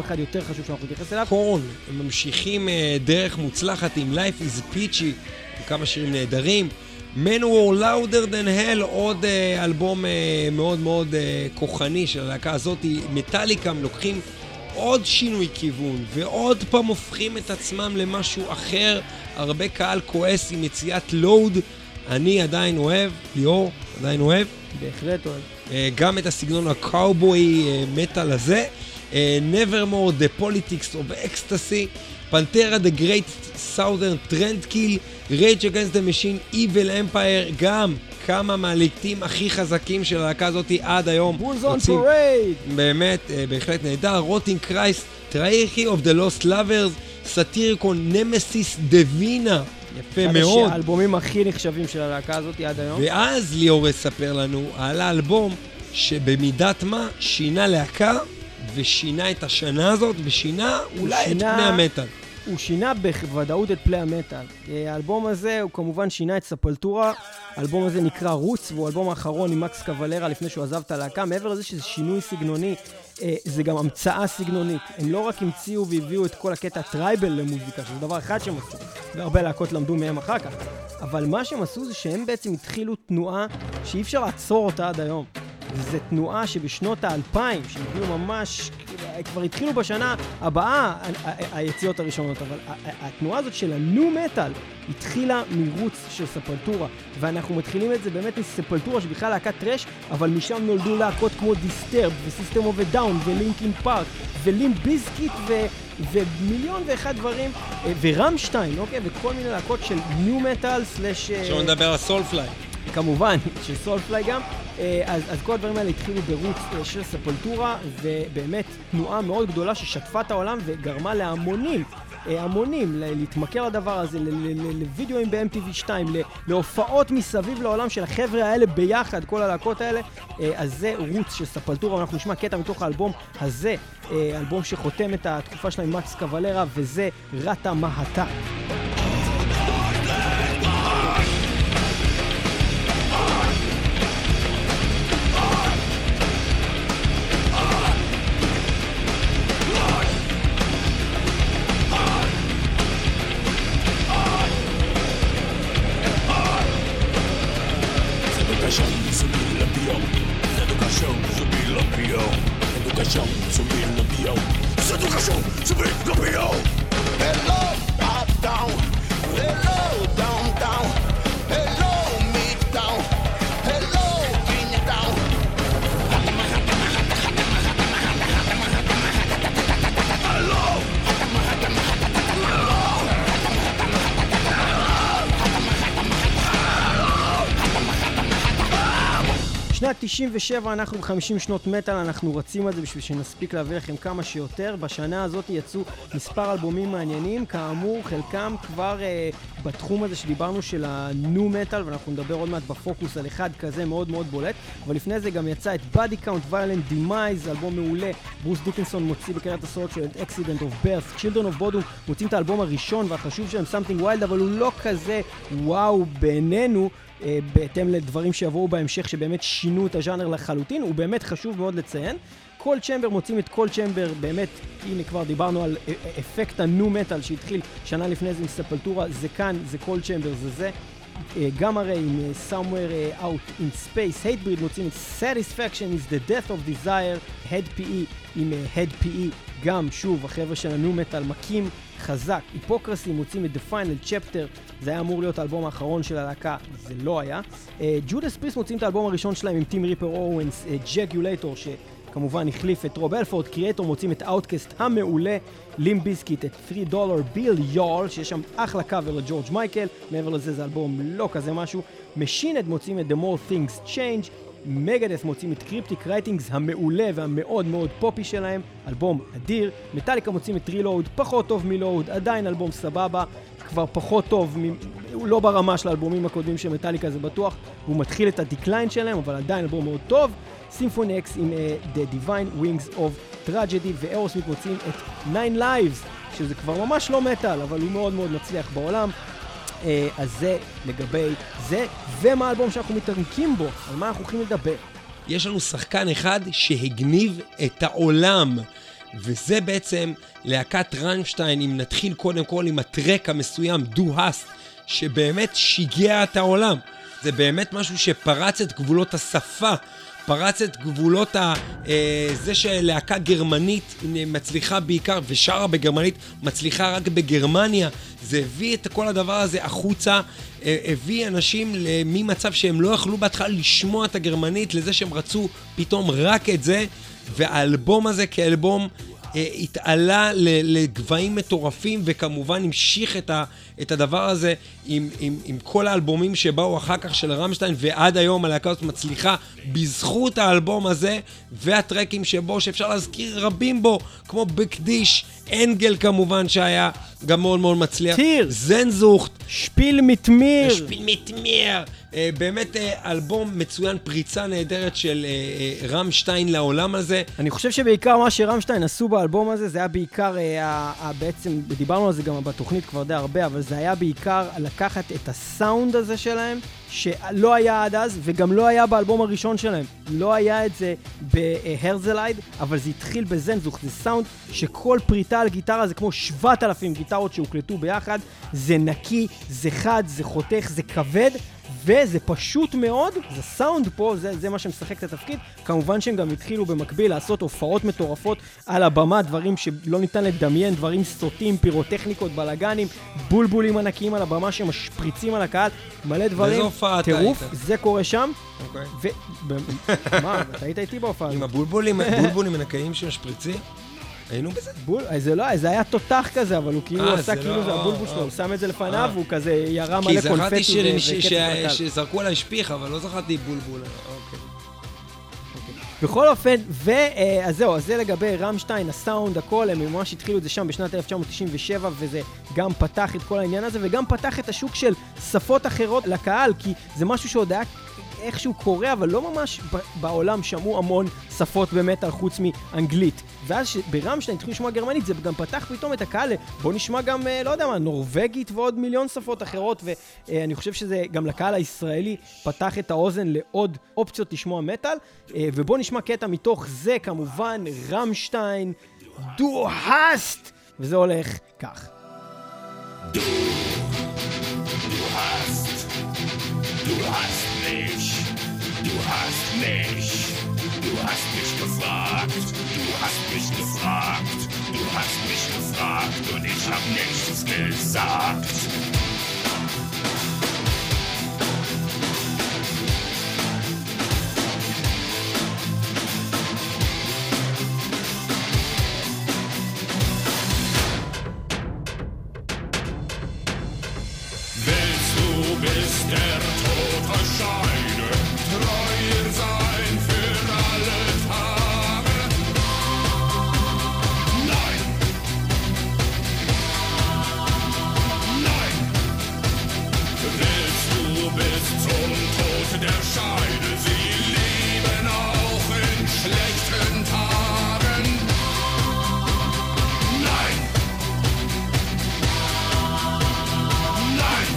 חשוב שאנחנו נתייחס אליו. קורן, הם ממשיכים דרך מוצלחת עם Life is Peachy, עם כמה שירים נהדרים. Manowar Louder Than Hell, עוד אלבום מאוד מאוד כוחני של הלהקה הזאת. מטאליקה לוקחים עוד שינוי כיוון, ועוד פעם הופכים את עצמם למשהו אחר. הרבה קהל כועס עם יציאת לואוד. אני עדיין אוהב, ליאור, עדיין אוהב. בהחלט אוהב. גם את הסגנון הקאובוי מטל הזה. Nevermore, The Politics of Ecstasy, Pantera, The Great Southern Trendkill, Rage Against the Machine, Evil Empire, גם כמה מהלהיטים הכי חזקים של הלהקה הזאת עד היום. Bulls on Parade! באמת, בהחלט נהדר. Rotting Christ, Triarchy of the Lost Lovers, Satyricon, Nemesis, Divina. יפה מאוד. אחד האלבומים הכי נחשבים של הלהקה הזאת עד היום. ואז ליאור יספר לנו על האלבום שבמידת מה שינה להקה ושינה את השנה הזאת ושינה אולי שינה, את פני המטל. הוא שינה בוודאות את פני המטל. האלבום הזה הוא כמובן שינה את ספלטורה. האלבום הזה נקרא רוץ, והוא האלבום האחרון עם מקס קוולרה לפני שהוא עזב את הלהקה. מעבר לזה שזה שינוי סגנוני, זה גם המצאה סגנונית. הם לא רק המציאו והביאו את כל הקטע טרייבל למוזיקה, שזה דבר אחד שהם עשו, והרבה להקות למדו מהם אחר כך. אבל מה שהם עשו זה שהם בעצם התחילו תנועה שאי אפשר לעצור אותה עד היום. וזו תנועה שבשנות האלפיים, שהתחילו ממש, כבר התחילו בשנה הבאה היציאות הראשונות, אבל התנועה הזאת של הניו מטל התחילה מרוץ של ספלטורה, ואנחנו מתחילים את זה באמת מספלטורה שבכלל להקת טרש, אבל משם נולדו להקות כמו דיסטרב וסיסטם אוף א דאון ולינקין פארק ולימפ ביזקיט ו... ומיליון ואחד דברים, ורמשטיין, אוקיי? וכל מיני להקות של ניו מטל סלש... עכשיו נדבר על סולפליי. כמובן, של סולפליי גם. אז, אז כל הדברים האלה התחילו ברוץ של ספלטורה, ובאמת תנועה מאוד גדולה ששטפה את העולם וגרמה להמונים, המונים, להתמכר לדבר הזה, לוידאוים ב-אם טי וי שתיים, להופעות מסביב לעולם של החבר'ה האלה ביחד, כל הלהקות האלה. אז זה רוץ של ספלטורה, ואנחנו נשמע קטע מתוך האלבום הזה, אלבום שחותם את התקופה שלה עם מקס קוולרה, וזה רטה מהטה. Hello, top down. Hello, downtown. Hello, midtown. Hello, Chinatown. שנת תשעים ושבע, אנחנו ב-חמישים שנות מטל, אנחנו רצים על זה בשביל שנספיק להביא לכם כמה שיותר. בשנה הזאת יצאו מספר אלבומים מעניינים, כאמור חלקם כבר אה, בתחום הזה שדיברנו של הניו מטל, ואנחנו נדבר עוד מעט בפוקוס על אחד כזה מאוד מאוד בולט. אבל לפני זה גם יצא את Body Count Violent Demise, אלבום מעולה. ברוס דיקנסון מוציא בקריירת הסולו שלו את Accident of Birth. Children of Bodom מוצאים את האלבום הראשון והחשוב שלהם Something Wild, אבל הוא לא כזה וואו בעינינו, בהתאם לדברים שיבואו בהמשך שבאמת שינו את הז'אנר לחלוטין. הוא באמת חשוב מאוד לציין. קול צ'מבר מוצאים את קול צ'מבר, באמת, הנה כבר דיברנו על אפקט הניו מטל שהתחיל שנה לפני זה עם ספלטורה, זה כאן, זה קול צ'מבר, זה זה. גם הרי עם Somewhere Out in Space, Hatebreed מוצאים את Satisfaction is the Death of Desire, Head פי אי עם Head פי אי, גם שוב החבר'ה של הניו מטל מכים חזק. היפוקרסי מוצאים את The Final Chapter, זה היה אמור להיות האלבום האחרון של הלהקה, זה לא היה. ג'ודס פריסט מוצאים את האלבום הראשון שלהם עם טים ריפר אורווינס, ג'גולטור, שכמובן החליף את רוב אלפורד. קריאטור מוצאים את Outcast המעולה, לימפ ביזקיט את three dollar Bill Y'all, שיש שם אחלה קאבר לג'ורג' מייקל, מעבר לזה זה אלבום לא כזה משהו. משינד מוצאים את The More Things Change, מגדס מוצאים את קריפטיק רייטינגס המעולה והמאוד מאוד פופי שלהם, אלבום אדיר. מטאליקה מוצאים את רילוד, פחות טוב מלואוד, עדיין אלבום סבבה, כבר פחות טוב, הוא לא ברמה של האלבומים הקודמים של מטאליקה זה בטוח, והוא מתחיל את הדיקליין שלהם, אבל עדיין אלבום מאוד טוב. סימפוני אקס עם uh, The Divine Wings of Tragedy, ואירוסמית מוצאים את Nine Lives, שזה כבר ממש לא מטאל, אבל הוא מאוד מאוד מצליח בעולם. Uh, אז זה לגבי זה, ומה האלבום שאנחנו מתעמקים בו, על מה אנחנו הולכים לדבר. יש לנו שחקן אחד שהגניב את העולם, וזה בעצם להקת רמשטיין, אם נתחיל קודם כל עם הטרק המסוים, דו הסט, שבאמת שיגע את העולם. זה באמת משהו שפרץ את גבולות השפה, פרץ את גבולות ה... אה, זה שלהקה גרמנית מצליחה בעיקר, ושרה בגרמנית, מצליחה רק בגרמניה. זה הביא את כל הדבר הזה החוצה, אה, הביא אנשים ממצב שהם לא יכלו בהתחלה לשמוע את הגרמנית, לזה שהם רצו פתאום רק את זה, והאלבום הזה כאלבום אה, התעלה לגבהים מטורפים, וכמובן המשיך את, ה, את הדבר הזה עם, עם, עם כל האלבומים שבאו אחר כך של רמשטיין, ועד היום הלהקה הזאת מצליחה בזכות האלבום הזה, והטרקים שבו, שאפשר להזכיר רבים בו, כמו בקדיש, אנגל כמובן שהיה גם מאוד מאוד מצליח. טיר. זנזוכט. שפיל מתמיר. שפיל מתמיר. אה, באמת אה, אלבום מצוין, פריצה נהדרת של אה, אה, רמשטיין לעולם הזה. אני חושב שבעיקר מה שרמשטיין עשו באלבום הזה, זה היה בעיקר, אה, אה, בעצם, דיברנו על זה גם בתוכנית כבר די הרבה, אבל זה היה בעיקר לקחת את הסאונד הזה שלהם, שלא היה עד אז, וגם לא היה באלבום הראשון שלהם. לא היה את זה בהרזלייד, אבל זה התחיל בזנזוכט. זה סאונד שכל פריטה על גיטרה זה כמו שבעת אלפים גיטרות שהוקלטו ביחד. זה נקי, זה חד, זה חותך, זה כבד, וזה פשוט מאוד. זה סאונד פה, זה, זה מה שמשחק את התפקיד. כמובן שהם גם התחילו במקביל לעשות הופעות מטורפות על הבמה, דברים שלא ניתן לדמיין, דברים סוטים, פירוטכניקות, בלגנים, בולבולים ענקיים על הבמה שמשפריצים על הקהל, מלא דברים. טירוף, זה קורה שם. אוקיי. ו... מה, אתה היית איתי בהופעה? עם הבולבולים, בולבולים ענקיים שמשפריצים? היינו בזה? בול, זה לא, זה היה תותח כזה, אבל הוא כאילו עשה כאילו זה הבולבול שלו, הוא שם את זה לפניו, והוא כזה ירה מלא קונפטי וקצת לקל. שזרקו עליי שפיך, אבל לא זכרתי בולבול. אוקיי. בכל אופן, אז זהו, אז זה לגבי רמשטיין, הסאונד, הכל, הם ממש התחילו את זה שם בשנת אלף תשע מאות תשעים ושבע, וזה גם פתח את כל העניין הזה, וגם פתח את השוק של שפות אחרות לקהל, כי זה משהו שעוד היה איכשהו קורה, אבל לא ממש בעולם שמעו המון שפות במטל חוץ מאנגלית. ואז ברמשטיין התחילו לשמוע גרמנית, זה גם פתח פתאום את הקהל, בוא נשמע גם, לא יודע מה, נורווגית ועוד מיליון שפות אחרות, ואני חושב שזה גם לקהל הישראלי פתח את האוזן לעוד אופציות לשמוע מטל, ובוא נשמע קטע מתוך זה, כמובן, רמשטיין, דו הסט, וזה הולך כך. Du, du hast, du hast mich, du hast mich, du hast mich gefragt, du hast mich gefragt, du hast mich gefragt und ich hab nichts gesagt. Bis der Tod erscheine, treuer sein für alle Tage. Nein, nein, willst du bis zum Tod der Scheide sie lieben auch in schlechten Tagen? Nein, nein.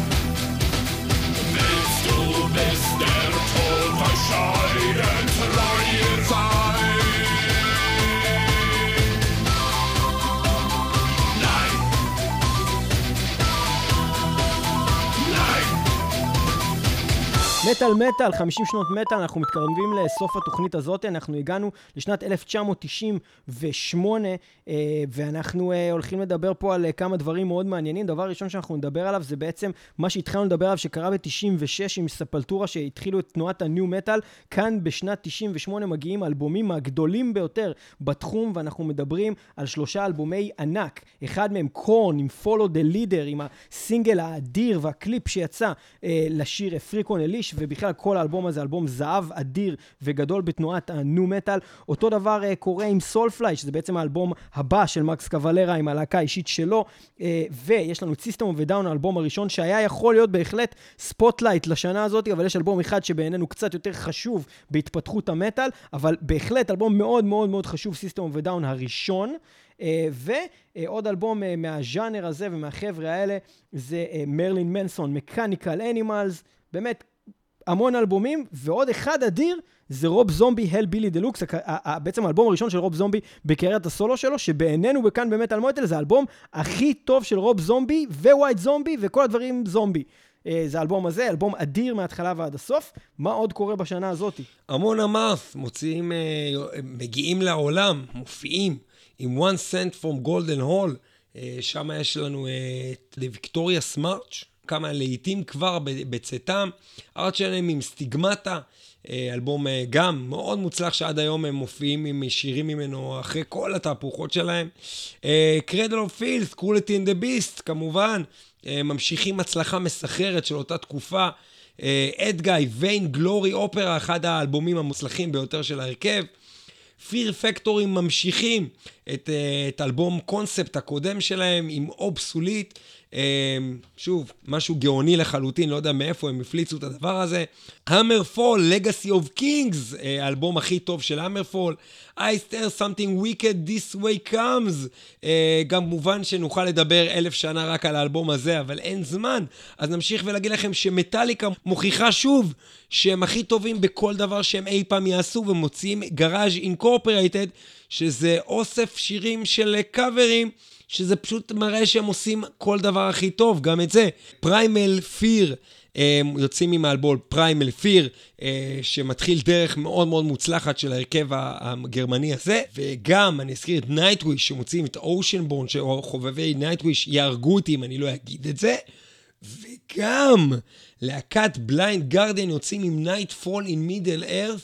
Bis der Tod erscheiden, treuer sein. Nein. Nein. מטל מטל, חמישים שנות מטל, אנחנו מתקרבים לסוף התוכנית הזאת, אנחנו הגענו לשנת אלף תשע מאות תשעים ושמונה, ואנחנו הולכים לדבר פה על כמה דברים מאוד מעניינים. דבר ראשון שאנחנו נדבר עליו זה בעצם מה שהתחלנו לדבר עליו שקרה ב-תשעים ושש עם ספלטורה שהתחילו את תנועת הניו מטל. כאן בשנת תשעים ושמונה מגיעים האלבומים הגדולים ביותר בתחום, ואנחנו מדברים על שלושה אלבומי ענק. אחד מהם קורן עם Follow the Leader, עם הסינגל האדיר והקליפ שיצא לשיר Freak on a Leash, ובכלל כל האלבום הזה אלבום זהב אדיר וגדול בתנועת הניו מטל. אותו דבר uh, קורה עם Soulfly, שזה בעצם האלבום הבא של מקס קוולרה עם הלהקה האישית שלו, uh, ויש לנו System of a Down, האלבום הראשון שהיה יכול להיות בהחלט ספוטלייט לשנה הזאת, אבל יש אלבום אחד שבעינינו קצת יותר חשוב בהתפתחות המטל, אבל בהחלט אלבום מאוד מאוד מאוד חשוב, System of a Down הראשון. Uh, ועוד uh, אלבום uh, מהז'אנר הזה ומהחבר'ה האלה זה מרלין מנסון, Mechanical Animals. באמת המון אלבומים, ועוד אחד אדיר, זה רוב זומבי, הל בילי דלוקס, בעצם האלבום הראשון של רוב זומבי בקריירת הסולו שלו, שבעינינו בכאן באמת על מוטל, זה האלבום הכי טוב של רוב זומבי, ווייט זומבי, וכל הדברים זומבי. זה האלבום הזה, אלבום אדיר מההתחלה ועד הסוף. מה עוד קורה בשנה הזאת? המון אמרת, מוציאים, מגיעים לעולם, מופיעים, עם One Cent from Golden Hall, שם יש לנו את Victorious March, כמה לעיתים כבר בצאתם, ארט שלהם עם סטיגמטה, אלבום גם מאוד מוצלח שעד היום הם מופיעים עם שירים ממנו אחרי כל התהפוכות שלהם. Cradle of Filth, Cruelty in the Beast, כמובן, ממשיכים הצלחה מסחררת של אותה תקופה. אדגאי, ויין גלורי אופרה, אחד האלבומים המוצלחים ביותר של ההרכב. פיר פקטורי ממשיכים את, את אלבום קונספט הקודם שלהם עם אובסולית, שוב, משהו גאוני לחלוטין, לא יודע מאיפה הם הפליצו את הדבר הזה. המרפול, Legacy of Kings, האלבום הכי טוב של המרפול. I stir something wicked this way comes, גם מובן שנוכל לדבר אלף שנה רק על האלבום הזה, אבל אין זמן, אז נמשיך ולהגיד לכם שמטליקה מוכיחה שוב שהם הכי טובים בכל דבר שהם אי פעם יעשו, ומוציאים גראז' אינקורפרייטד, שזה אוסף שירים של קאברים, שזה פשוט מראה שהם עושים כל דבר הכי טוב, גם את זה. פריימל פיר, יוצאים עם האלבום פריימל פיר, שמתחיל דרך מאוד מאוד מוצלחת של ההרכב הגרמני הזה, וגם אני אזכיר את נייטוויש, שמוצאים את אושנבורן, שחובבי נייטוויש יהרגו אותי אם אני לא אגיד את זה, וגם להקת בליינד גרדיאן יוצאים עם נייטפול אין מידל ארת,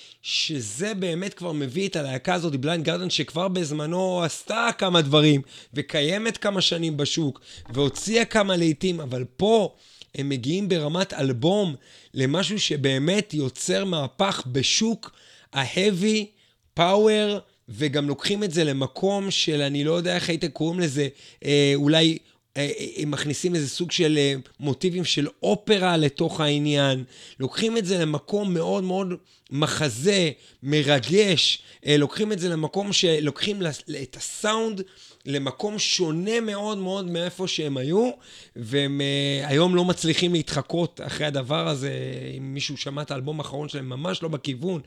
שזה באמת כבר מביא את הלהקה הזאת, בליינד גרדן, שכבר בזמנו עשתה כמה דברים, וקיימת כמה שנים בשוק, והוציאה כמה לעיתים, אבל פה הם מגיעים ברמת אלבום, למשהו שבאמת יוצר מהפך בשוק, ההבי, פאוור, וגם לוקחים את זה למקום של, אני לא יודע איך הייתם קוראים לזה, אה, אולי אה, הם מכניסים איזה סוג של אה, מוטיבים של אופרה לתוך העניין, לוקחים את זה למקום מאוד מאוד מחזה, מרגש, אה, לוקחים את זה למקום שלוקחים את הסאונד, למקום שונה מאוד מאוד מאיפה שהם היו, והם uh, היום לא מצליחים להתחקות אחרי הדבר הזה. אם מישהו שמע את האלבום האחרון שלהם, ממש לא בכיוון.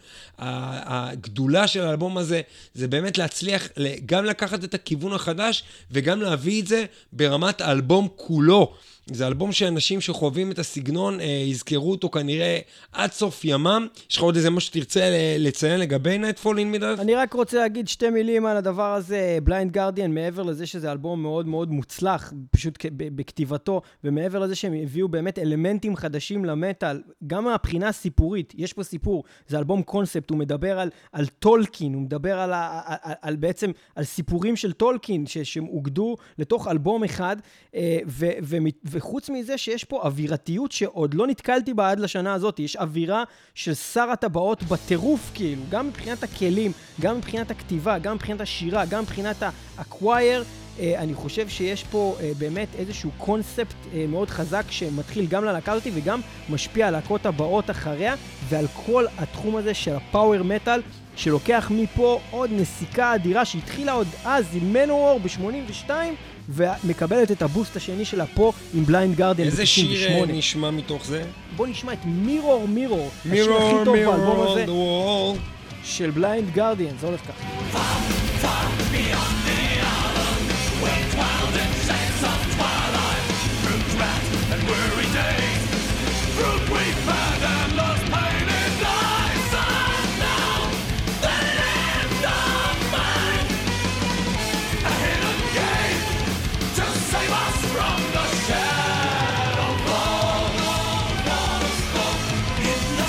הגדולה של האלבום הזה, זה באמת להצליח גם לקחת את הכיוון החדש, וגם להביא את זה ברמת האלבום כולו. זה אלבום שאנשים שחווים את הסגנון, אה, יזכרו אותו כנראה עד סוף ימם. יש לך עוד איזה מה שתרצה לציין לגבי Nightfall in Midnight? אני רק רוצה להגיד שתי מילים על הדבר הזה. בליינד גרדיאן, מעבר לזה שזה אלבום מאוד מאוד מוצלח, פשוט בכתיבתו, ומעבר לזה שהם הביאו באמת אלמנטים חדשים למטל, גם מהבחינה הסיפורית, יש פה סיפור, זה אלבום קונספט, הוא מדבר על, על טולקין, הוא מדבר על, על, על, על בעצם, על סיפורים של טולקין, שהם הוגדו לתוך אלבום אחד, ו, ו, ו, וחוץ מזה שיש פה אווירתיות שעוד לא נתקלתי בה עד לשנה הזאת, יש אווירה של שר הטבעות בטירוף כאילו, גם מבחינת הכלים, גם מבחינת הכתיבה, גם מבחינת השירה, גם מבחינת האקווייר, אני חושב שיש פה באמת איזשהו קונספט מאוד חזק שמתחיל גם ללהקה הזאת וגם משפיע על להקות הבאות אחריה ועל כל התחום הזה של הפאוור מטל, שלוקח מפה עוד נסיקה אדירה שהתחילה עוד אז עם מנוור ב-שמונים ושתיים ומקבלת את הבוסט השני שלה פה עם בליינד גרדיאן ב-תשעים ושמונה. איזה שיר נשמע מתוך זה? בוא נשמע את מירור מירור, השיר הכי טוב באלבום הזה של בליינד גרדיאן, זה הולך ככה.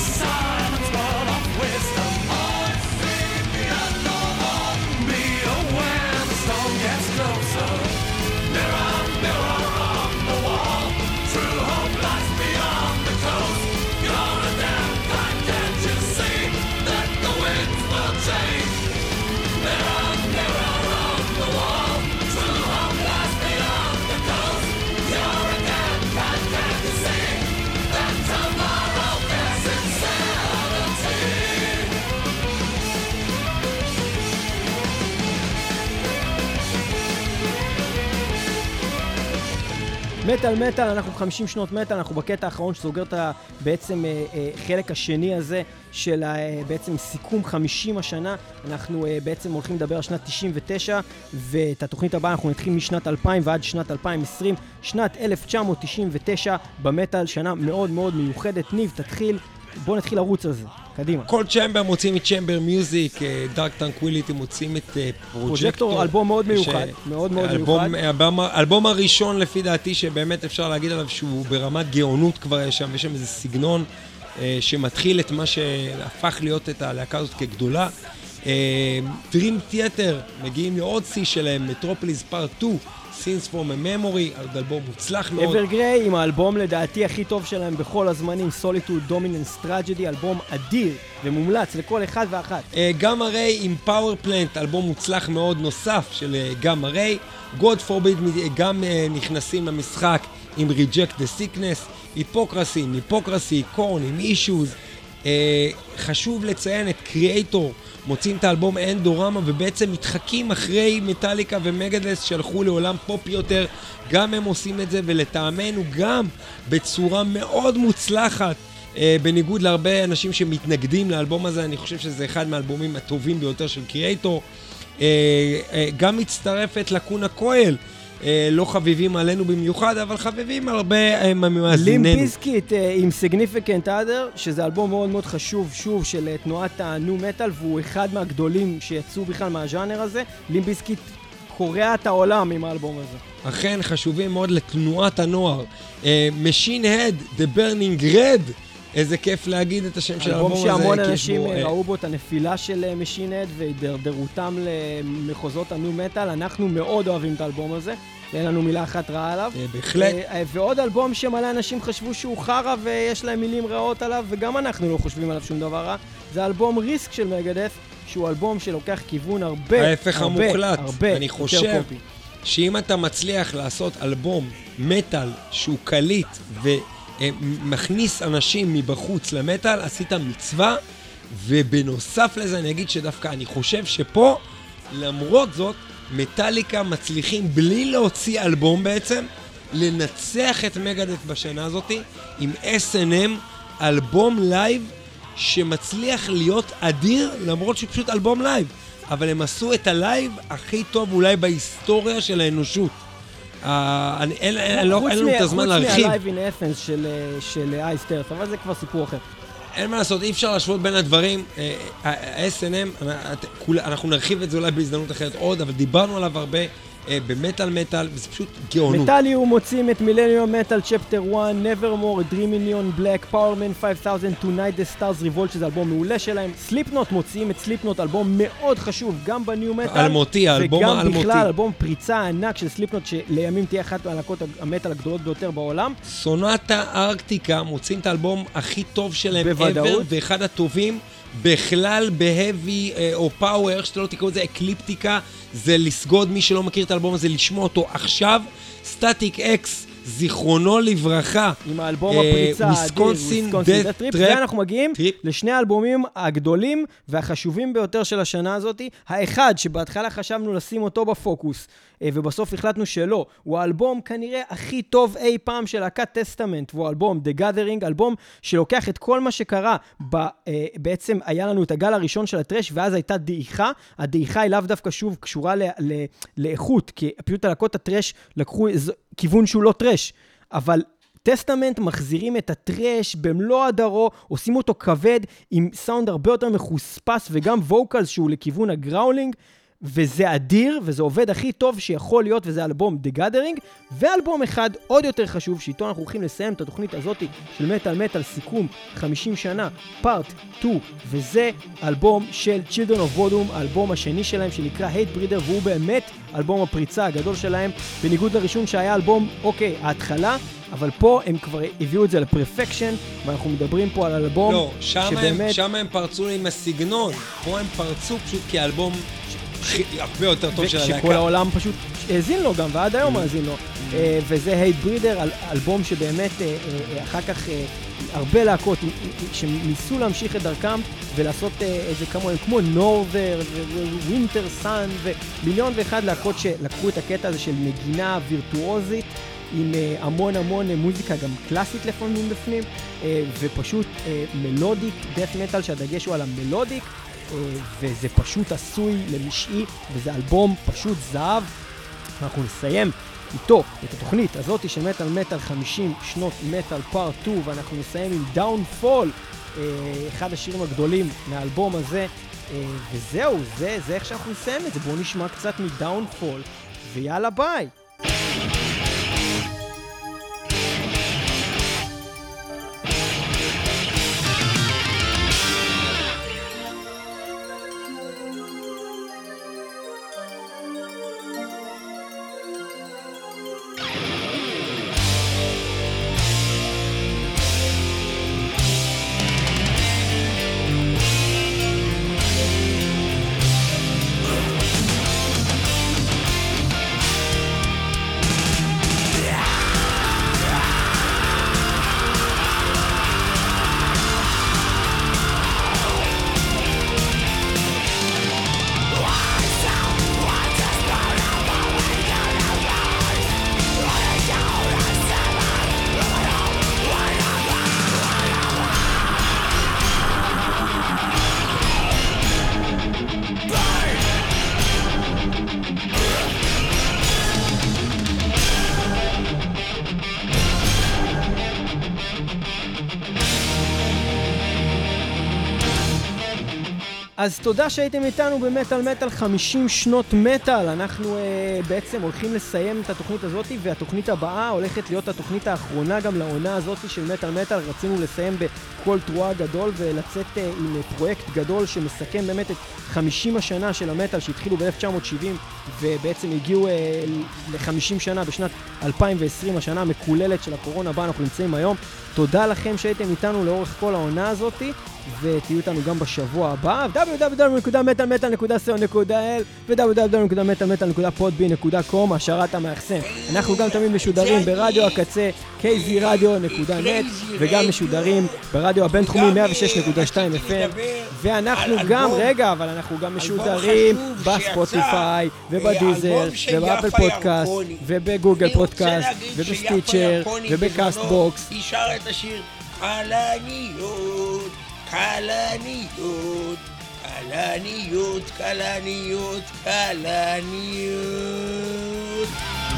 Be a מטל מטל, אנחנו חמישים שנות מטל, אנחנו בקטע האחרון שסוגר את בעצם חלק השני הזה של בעצם סיכום חמישים השנה. אנחנו בעצם הולכים לדבר על שנת תשעים ותשע, ואת התוכנית הבאה אנחנו נתחיל משנת אלפיים ועד שנת אלפיים ועשרים. שנת אלף תשע מאות תשעים ותשע במטל, שנה מאוד מאוד מיוחדת. ניב, תתחיל, בוא נתחיל לרוץ על זה. קדימה. כל צ'מבר מוצאים את צ'מבר מיוזיק, דארק טרנקוויליטי מוצאים את פרוג'קטור. אלבום מאוד מיוחד, מאוד מאוד מיוחד. האלבום הראשון לפי דעתי שבאמת אפשר להגיד עליו שהוא ברמת גאונות כבר יש שם, יש שם איזה סגנון שמתחיל את מה שהפך להיות את הלהקה הזאת כגדולה. דרים תיאטר, מגיעים לעוד סי שלהם, מטרופוליס פארט שתיים, Scenes from a Memory, אלבום מוצלח מאוד. אברגריי עם האלבום לדעתי הכי טוב שלהם בכל הזמנים, Solitude Dominance Tragedy, אלבום אדיר ומומלץ לכל אחד ואחת. גאמה ריי עם Power Plant, אלבום מוצלח מאוד נוסף של גאמה ריי. God Forbid גם נכנסים למשחק עם Reject the Sickness, היפוקרסי, עם היפוקרסי, קורן, עם Issues. חשוב לציין את קריאייטור, מוצאים את האלבום אנדורמה ובעצם מתחקים אחרי מטליקה ומגדלס שהלכו לעולם פופ יותר. גם הם עושים את זה ולטעמנו גם בצורה מאוד מוצלחת, אה, בניגוד להרבה אנשים שמתנגדים לאלבום הזה. אני חושב שזה אחד מהאלבומים הטובים ביותר של קריאייטור. אה, אה, גם מצטרפת לקונה קויל, אה, לא חביבים עלינו במיוחד, אבל חביבים הרבה ממאזיננו. לימפ ביזקיט עם Significant Other, שזה אלבום מאוד מאוד חשוב, שוב, של תנועת הניו מטל, והוא אחד מהגדולים שיצאו בכלל מהז'אנר הזה. לימפ ביזקיט קורע את העולם עם האלבום הזה. אכן, חשובים מאוד לתנועת הנוער. Machine Head, The Burning Red, איזה כיף להגיד את השם של האלבום הזה. אלבום שהמון אנשים ראו בו את הנפילה של Machine Head והידרדרותם למחוזות הניו מטל. אנחנו מאוד אוהבים את האלבום הזה. אין לנו מילה אחת רעה עליו. בהחלט. ועוד אלבום שמלא אנשים חשבו שהוא חרא ויש להם מילים רעות עליו, וגם אנחנו לא חושבים עליו שום דבר רע. זה אלבום ריסק של מגדף, שהוא אלבום שלוקח כיוון הרבה, ההפך הרבה, המוחלט. הרבה אני חושב שאם אתה מצליח לעשות אלבום מטל שהוא קליט ומכניס אנשים מבחוץ למטל, עשית מצווה. ובנוסף לזה אני אגיד שדווקא אני חושב שפה, למרות זאת, מטליקה מצליחים בלי להוציא אלבום בעצם, לנצח את מגדף בשנה הזאת עם אס אן אם, אלבום לייב שמצליח להיות אדיר, למרות שפשוט אלבום לייב. אבל הם עשו את הלייב הכי טוב אולי בהיסטוריה של האנושות. אין לנו את הזמן להרחיב. חוץ מהלייב אין אפנס של אייסטרס, אבל זה כבר סיפור אחר. אין מה לעשות, אי אפשר להשוות בין הדברים. ה-אס אן אם, אנחנו נרחיב את זה אולי בהזדמנות אחרת עוד, אבל דיברנו עליו הרבה במטל מטל, וזה פשוט גאונות. מטליום מוצאים את מילניום מטל, צ'פטר אחת, Nevermore, Dreaminion, Black, Powerman חמש אלף, Tonight the Stars Revolt, שזה אלבום מעולה שלהם. סליפנוט מוצאים את סליפנוט, אלבום מאוד חשוב, גם בניו מטל. אלמותי, האלבום האלמותי. וגם בכלל, אלבום פריצה ענק של סליפנוט, שלימים תהיה אחת מהלהקות המטל הגדולות ביותר בעולם. סונטה ארקטיקה מוצאים את האלבום הכי טוב שלהם בוודאות. ever, ואחד הטובים בכלל בהבי או פאוור, איך שאתה לא תקראו את זה, אקליפטיקה, זה לסגוד, מי שלא מכיר את האלבום הזה, לשמוע אותו עכשיו. סטטיק אקס, זיכרונו לברכה, עם האלבום הפריצה האדיר, ויסקונסין דאט טראפ. ואנחנו מגיעים לשני האלבומים הגדולים והחשובים ביותר של השנה הזאת. האחד שבהתחלה חשבנו לשים אותו בפוקוס, ובסוף החלטנו שלא, הוא האלבום כנראה הכי טוב אי פעם של להקת טסטמנט, והוא אלבום The Gathering, אלבום שלוקח את כל מה שקרה, בעצם היה לנו את הגל הראשון של הטרש, ואז הייתה דעיכה. הדעיכה היא לאו דווקא שוב קשורה לאיכות, כי פשוט הלהקות הטרש לקחו כיוון שהוא לא טרש, אבל טסטמנט מחזירים את הטרש במלוא הדרו, עושים אותו כבד עם סאונד הרבה יותר מחוספס, וגם ווקלס שהוא לכיוון הגראולינג, וזה אדיר, וזה עובד הכי טוב שיכול להיות, וזה אלבום The Gathering. ואלבום אחד עוד יותר חשוב, שאיתו אנחנו הולכים לסיים את התוכנית הזאת של מטל מטל, סיכום חמישים שנה, פארט שתיים, וזה אלבום של Children of Bodom, האלבום השני שלהם שנקרא Hate Breeder, והוא באמת אלבום הפריצה הגדול שלהם, בניגוד לראשון שהיה אלבום, אוקיי, ההתחלה, אבל פה הם כבר הביאו את זה לפרפקשן, ואנחנו מדברים פה על אלבום לא, שמה שבאמת... הם, שמה הם פרצו עם הסגנון, פה הם פרצו פשוט כאלבום הרבה יותר טוב של הלהקה. שכל העולם פשוט האזין לו גם, ועד היום האזין לו. וזה Hate Breeder, אלבום שבאמת אחר כך הרבה להקות שניסו להמשיך את דרכם ולעשות איזה כמוהם, כמו נורת'ר ווינטר סאן ומיליון ואחד להקות שלקחו את הקטע הזה של נגינה וירטואוזית עם uh, המון המון uh, מוזיקה גם קלאסית לפעמים בפנים, uh, ופשוט uh, מלודיק, דף מטל שהדגש הוא על המלודיק, uh, וזה פשוט עשוי למשעי, וזה אלבום פשוט זהב. אנחנו נסיים איתו את התוכנית הזאת של מטל מטל חמישים שנות מטל פארט שתיים, ואנחנו נסיים עם דאונפול, uh, אחד השירים הגדולים מהאלבום הזה, uh, וזהו, זה, זה איך שאנחנו נסיים את זה. בואו נשמע קצת מדאונפול, ויאללה ביי. אז תודה שהייתם איתנו במטל מטל חמישים שנות מטל. אנחנו uh, בעצם הולכים לסיים את התוכנית הזאת, והתוכנית הבאה הולכת להיות התוכנית האחרונה גם לעונה הזאת של מטל מטל. רצינו לסיים בכל תרועה גדול ולצאת uh, עם פרויקט גדול שמסכם באמת את חמישים השנה של המטל שהתחילו ב-אלף תשע מאות שבעים ובעצם הגיעו uh, ל-חמישים שנה בשנת אלפיים ועשרים, השנה המקוללת של הקורונה בה אנחנו נמצאים היום. תודה לכם שהייתם איתנו לאורך כל העונה הזאת, ותהיו איתנו גם בשבוע הבא. דאבליו דאבליו דאבליו נקודה מטל מטל נקודה סי או נקודה אל ו-דאבליו דאבליו דאבליו נקודה מטל מטל נקודה פודבין נקודה קום, השארת המאחסן. אנחנו גם תמיד משודרים ברדיו הקצה קיי זי רדיו נקודה נט, וגם משודרים ברדיו הבינתחומי מאה ושש נקודה שתיים אף אם, ואנחנו גם, רגע, אבל אנחנו גם משודרים בספוטיפיי ובדיזר ובאפל פודקאסט ובגוגל פודקאסט ובסטיצ'ר ובקאסט בוקס. היא שרה את השיר קלניות, קלניות, קלניות, קלניות, קלניות.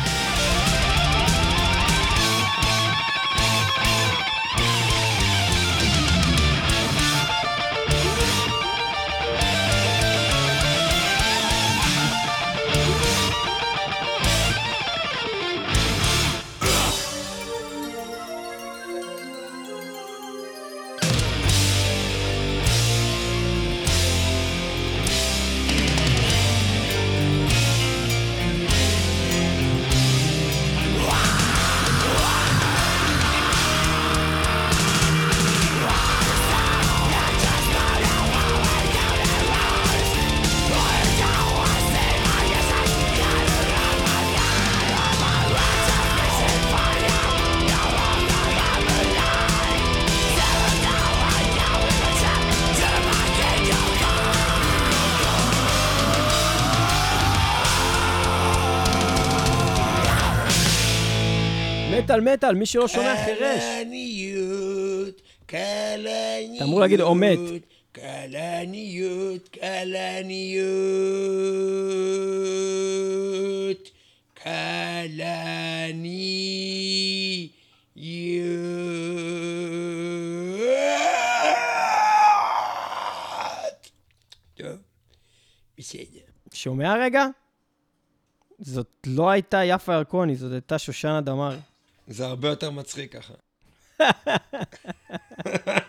מטל מטל, מי שלא שומע חירש. קלניות, קלניות. אתה אמור להגיד עומד. קלניות, קלניות, קלניות. טוב, בסדר. שומע רגע? זאת לא הייתה יפה ירקוני, זאת הייתה שושנה דמארי. זה הרבה יותר מצחיק ככה.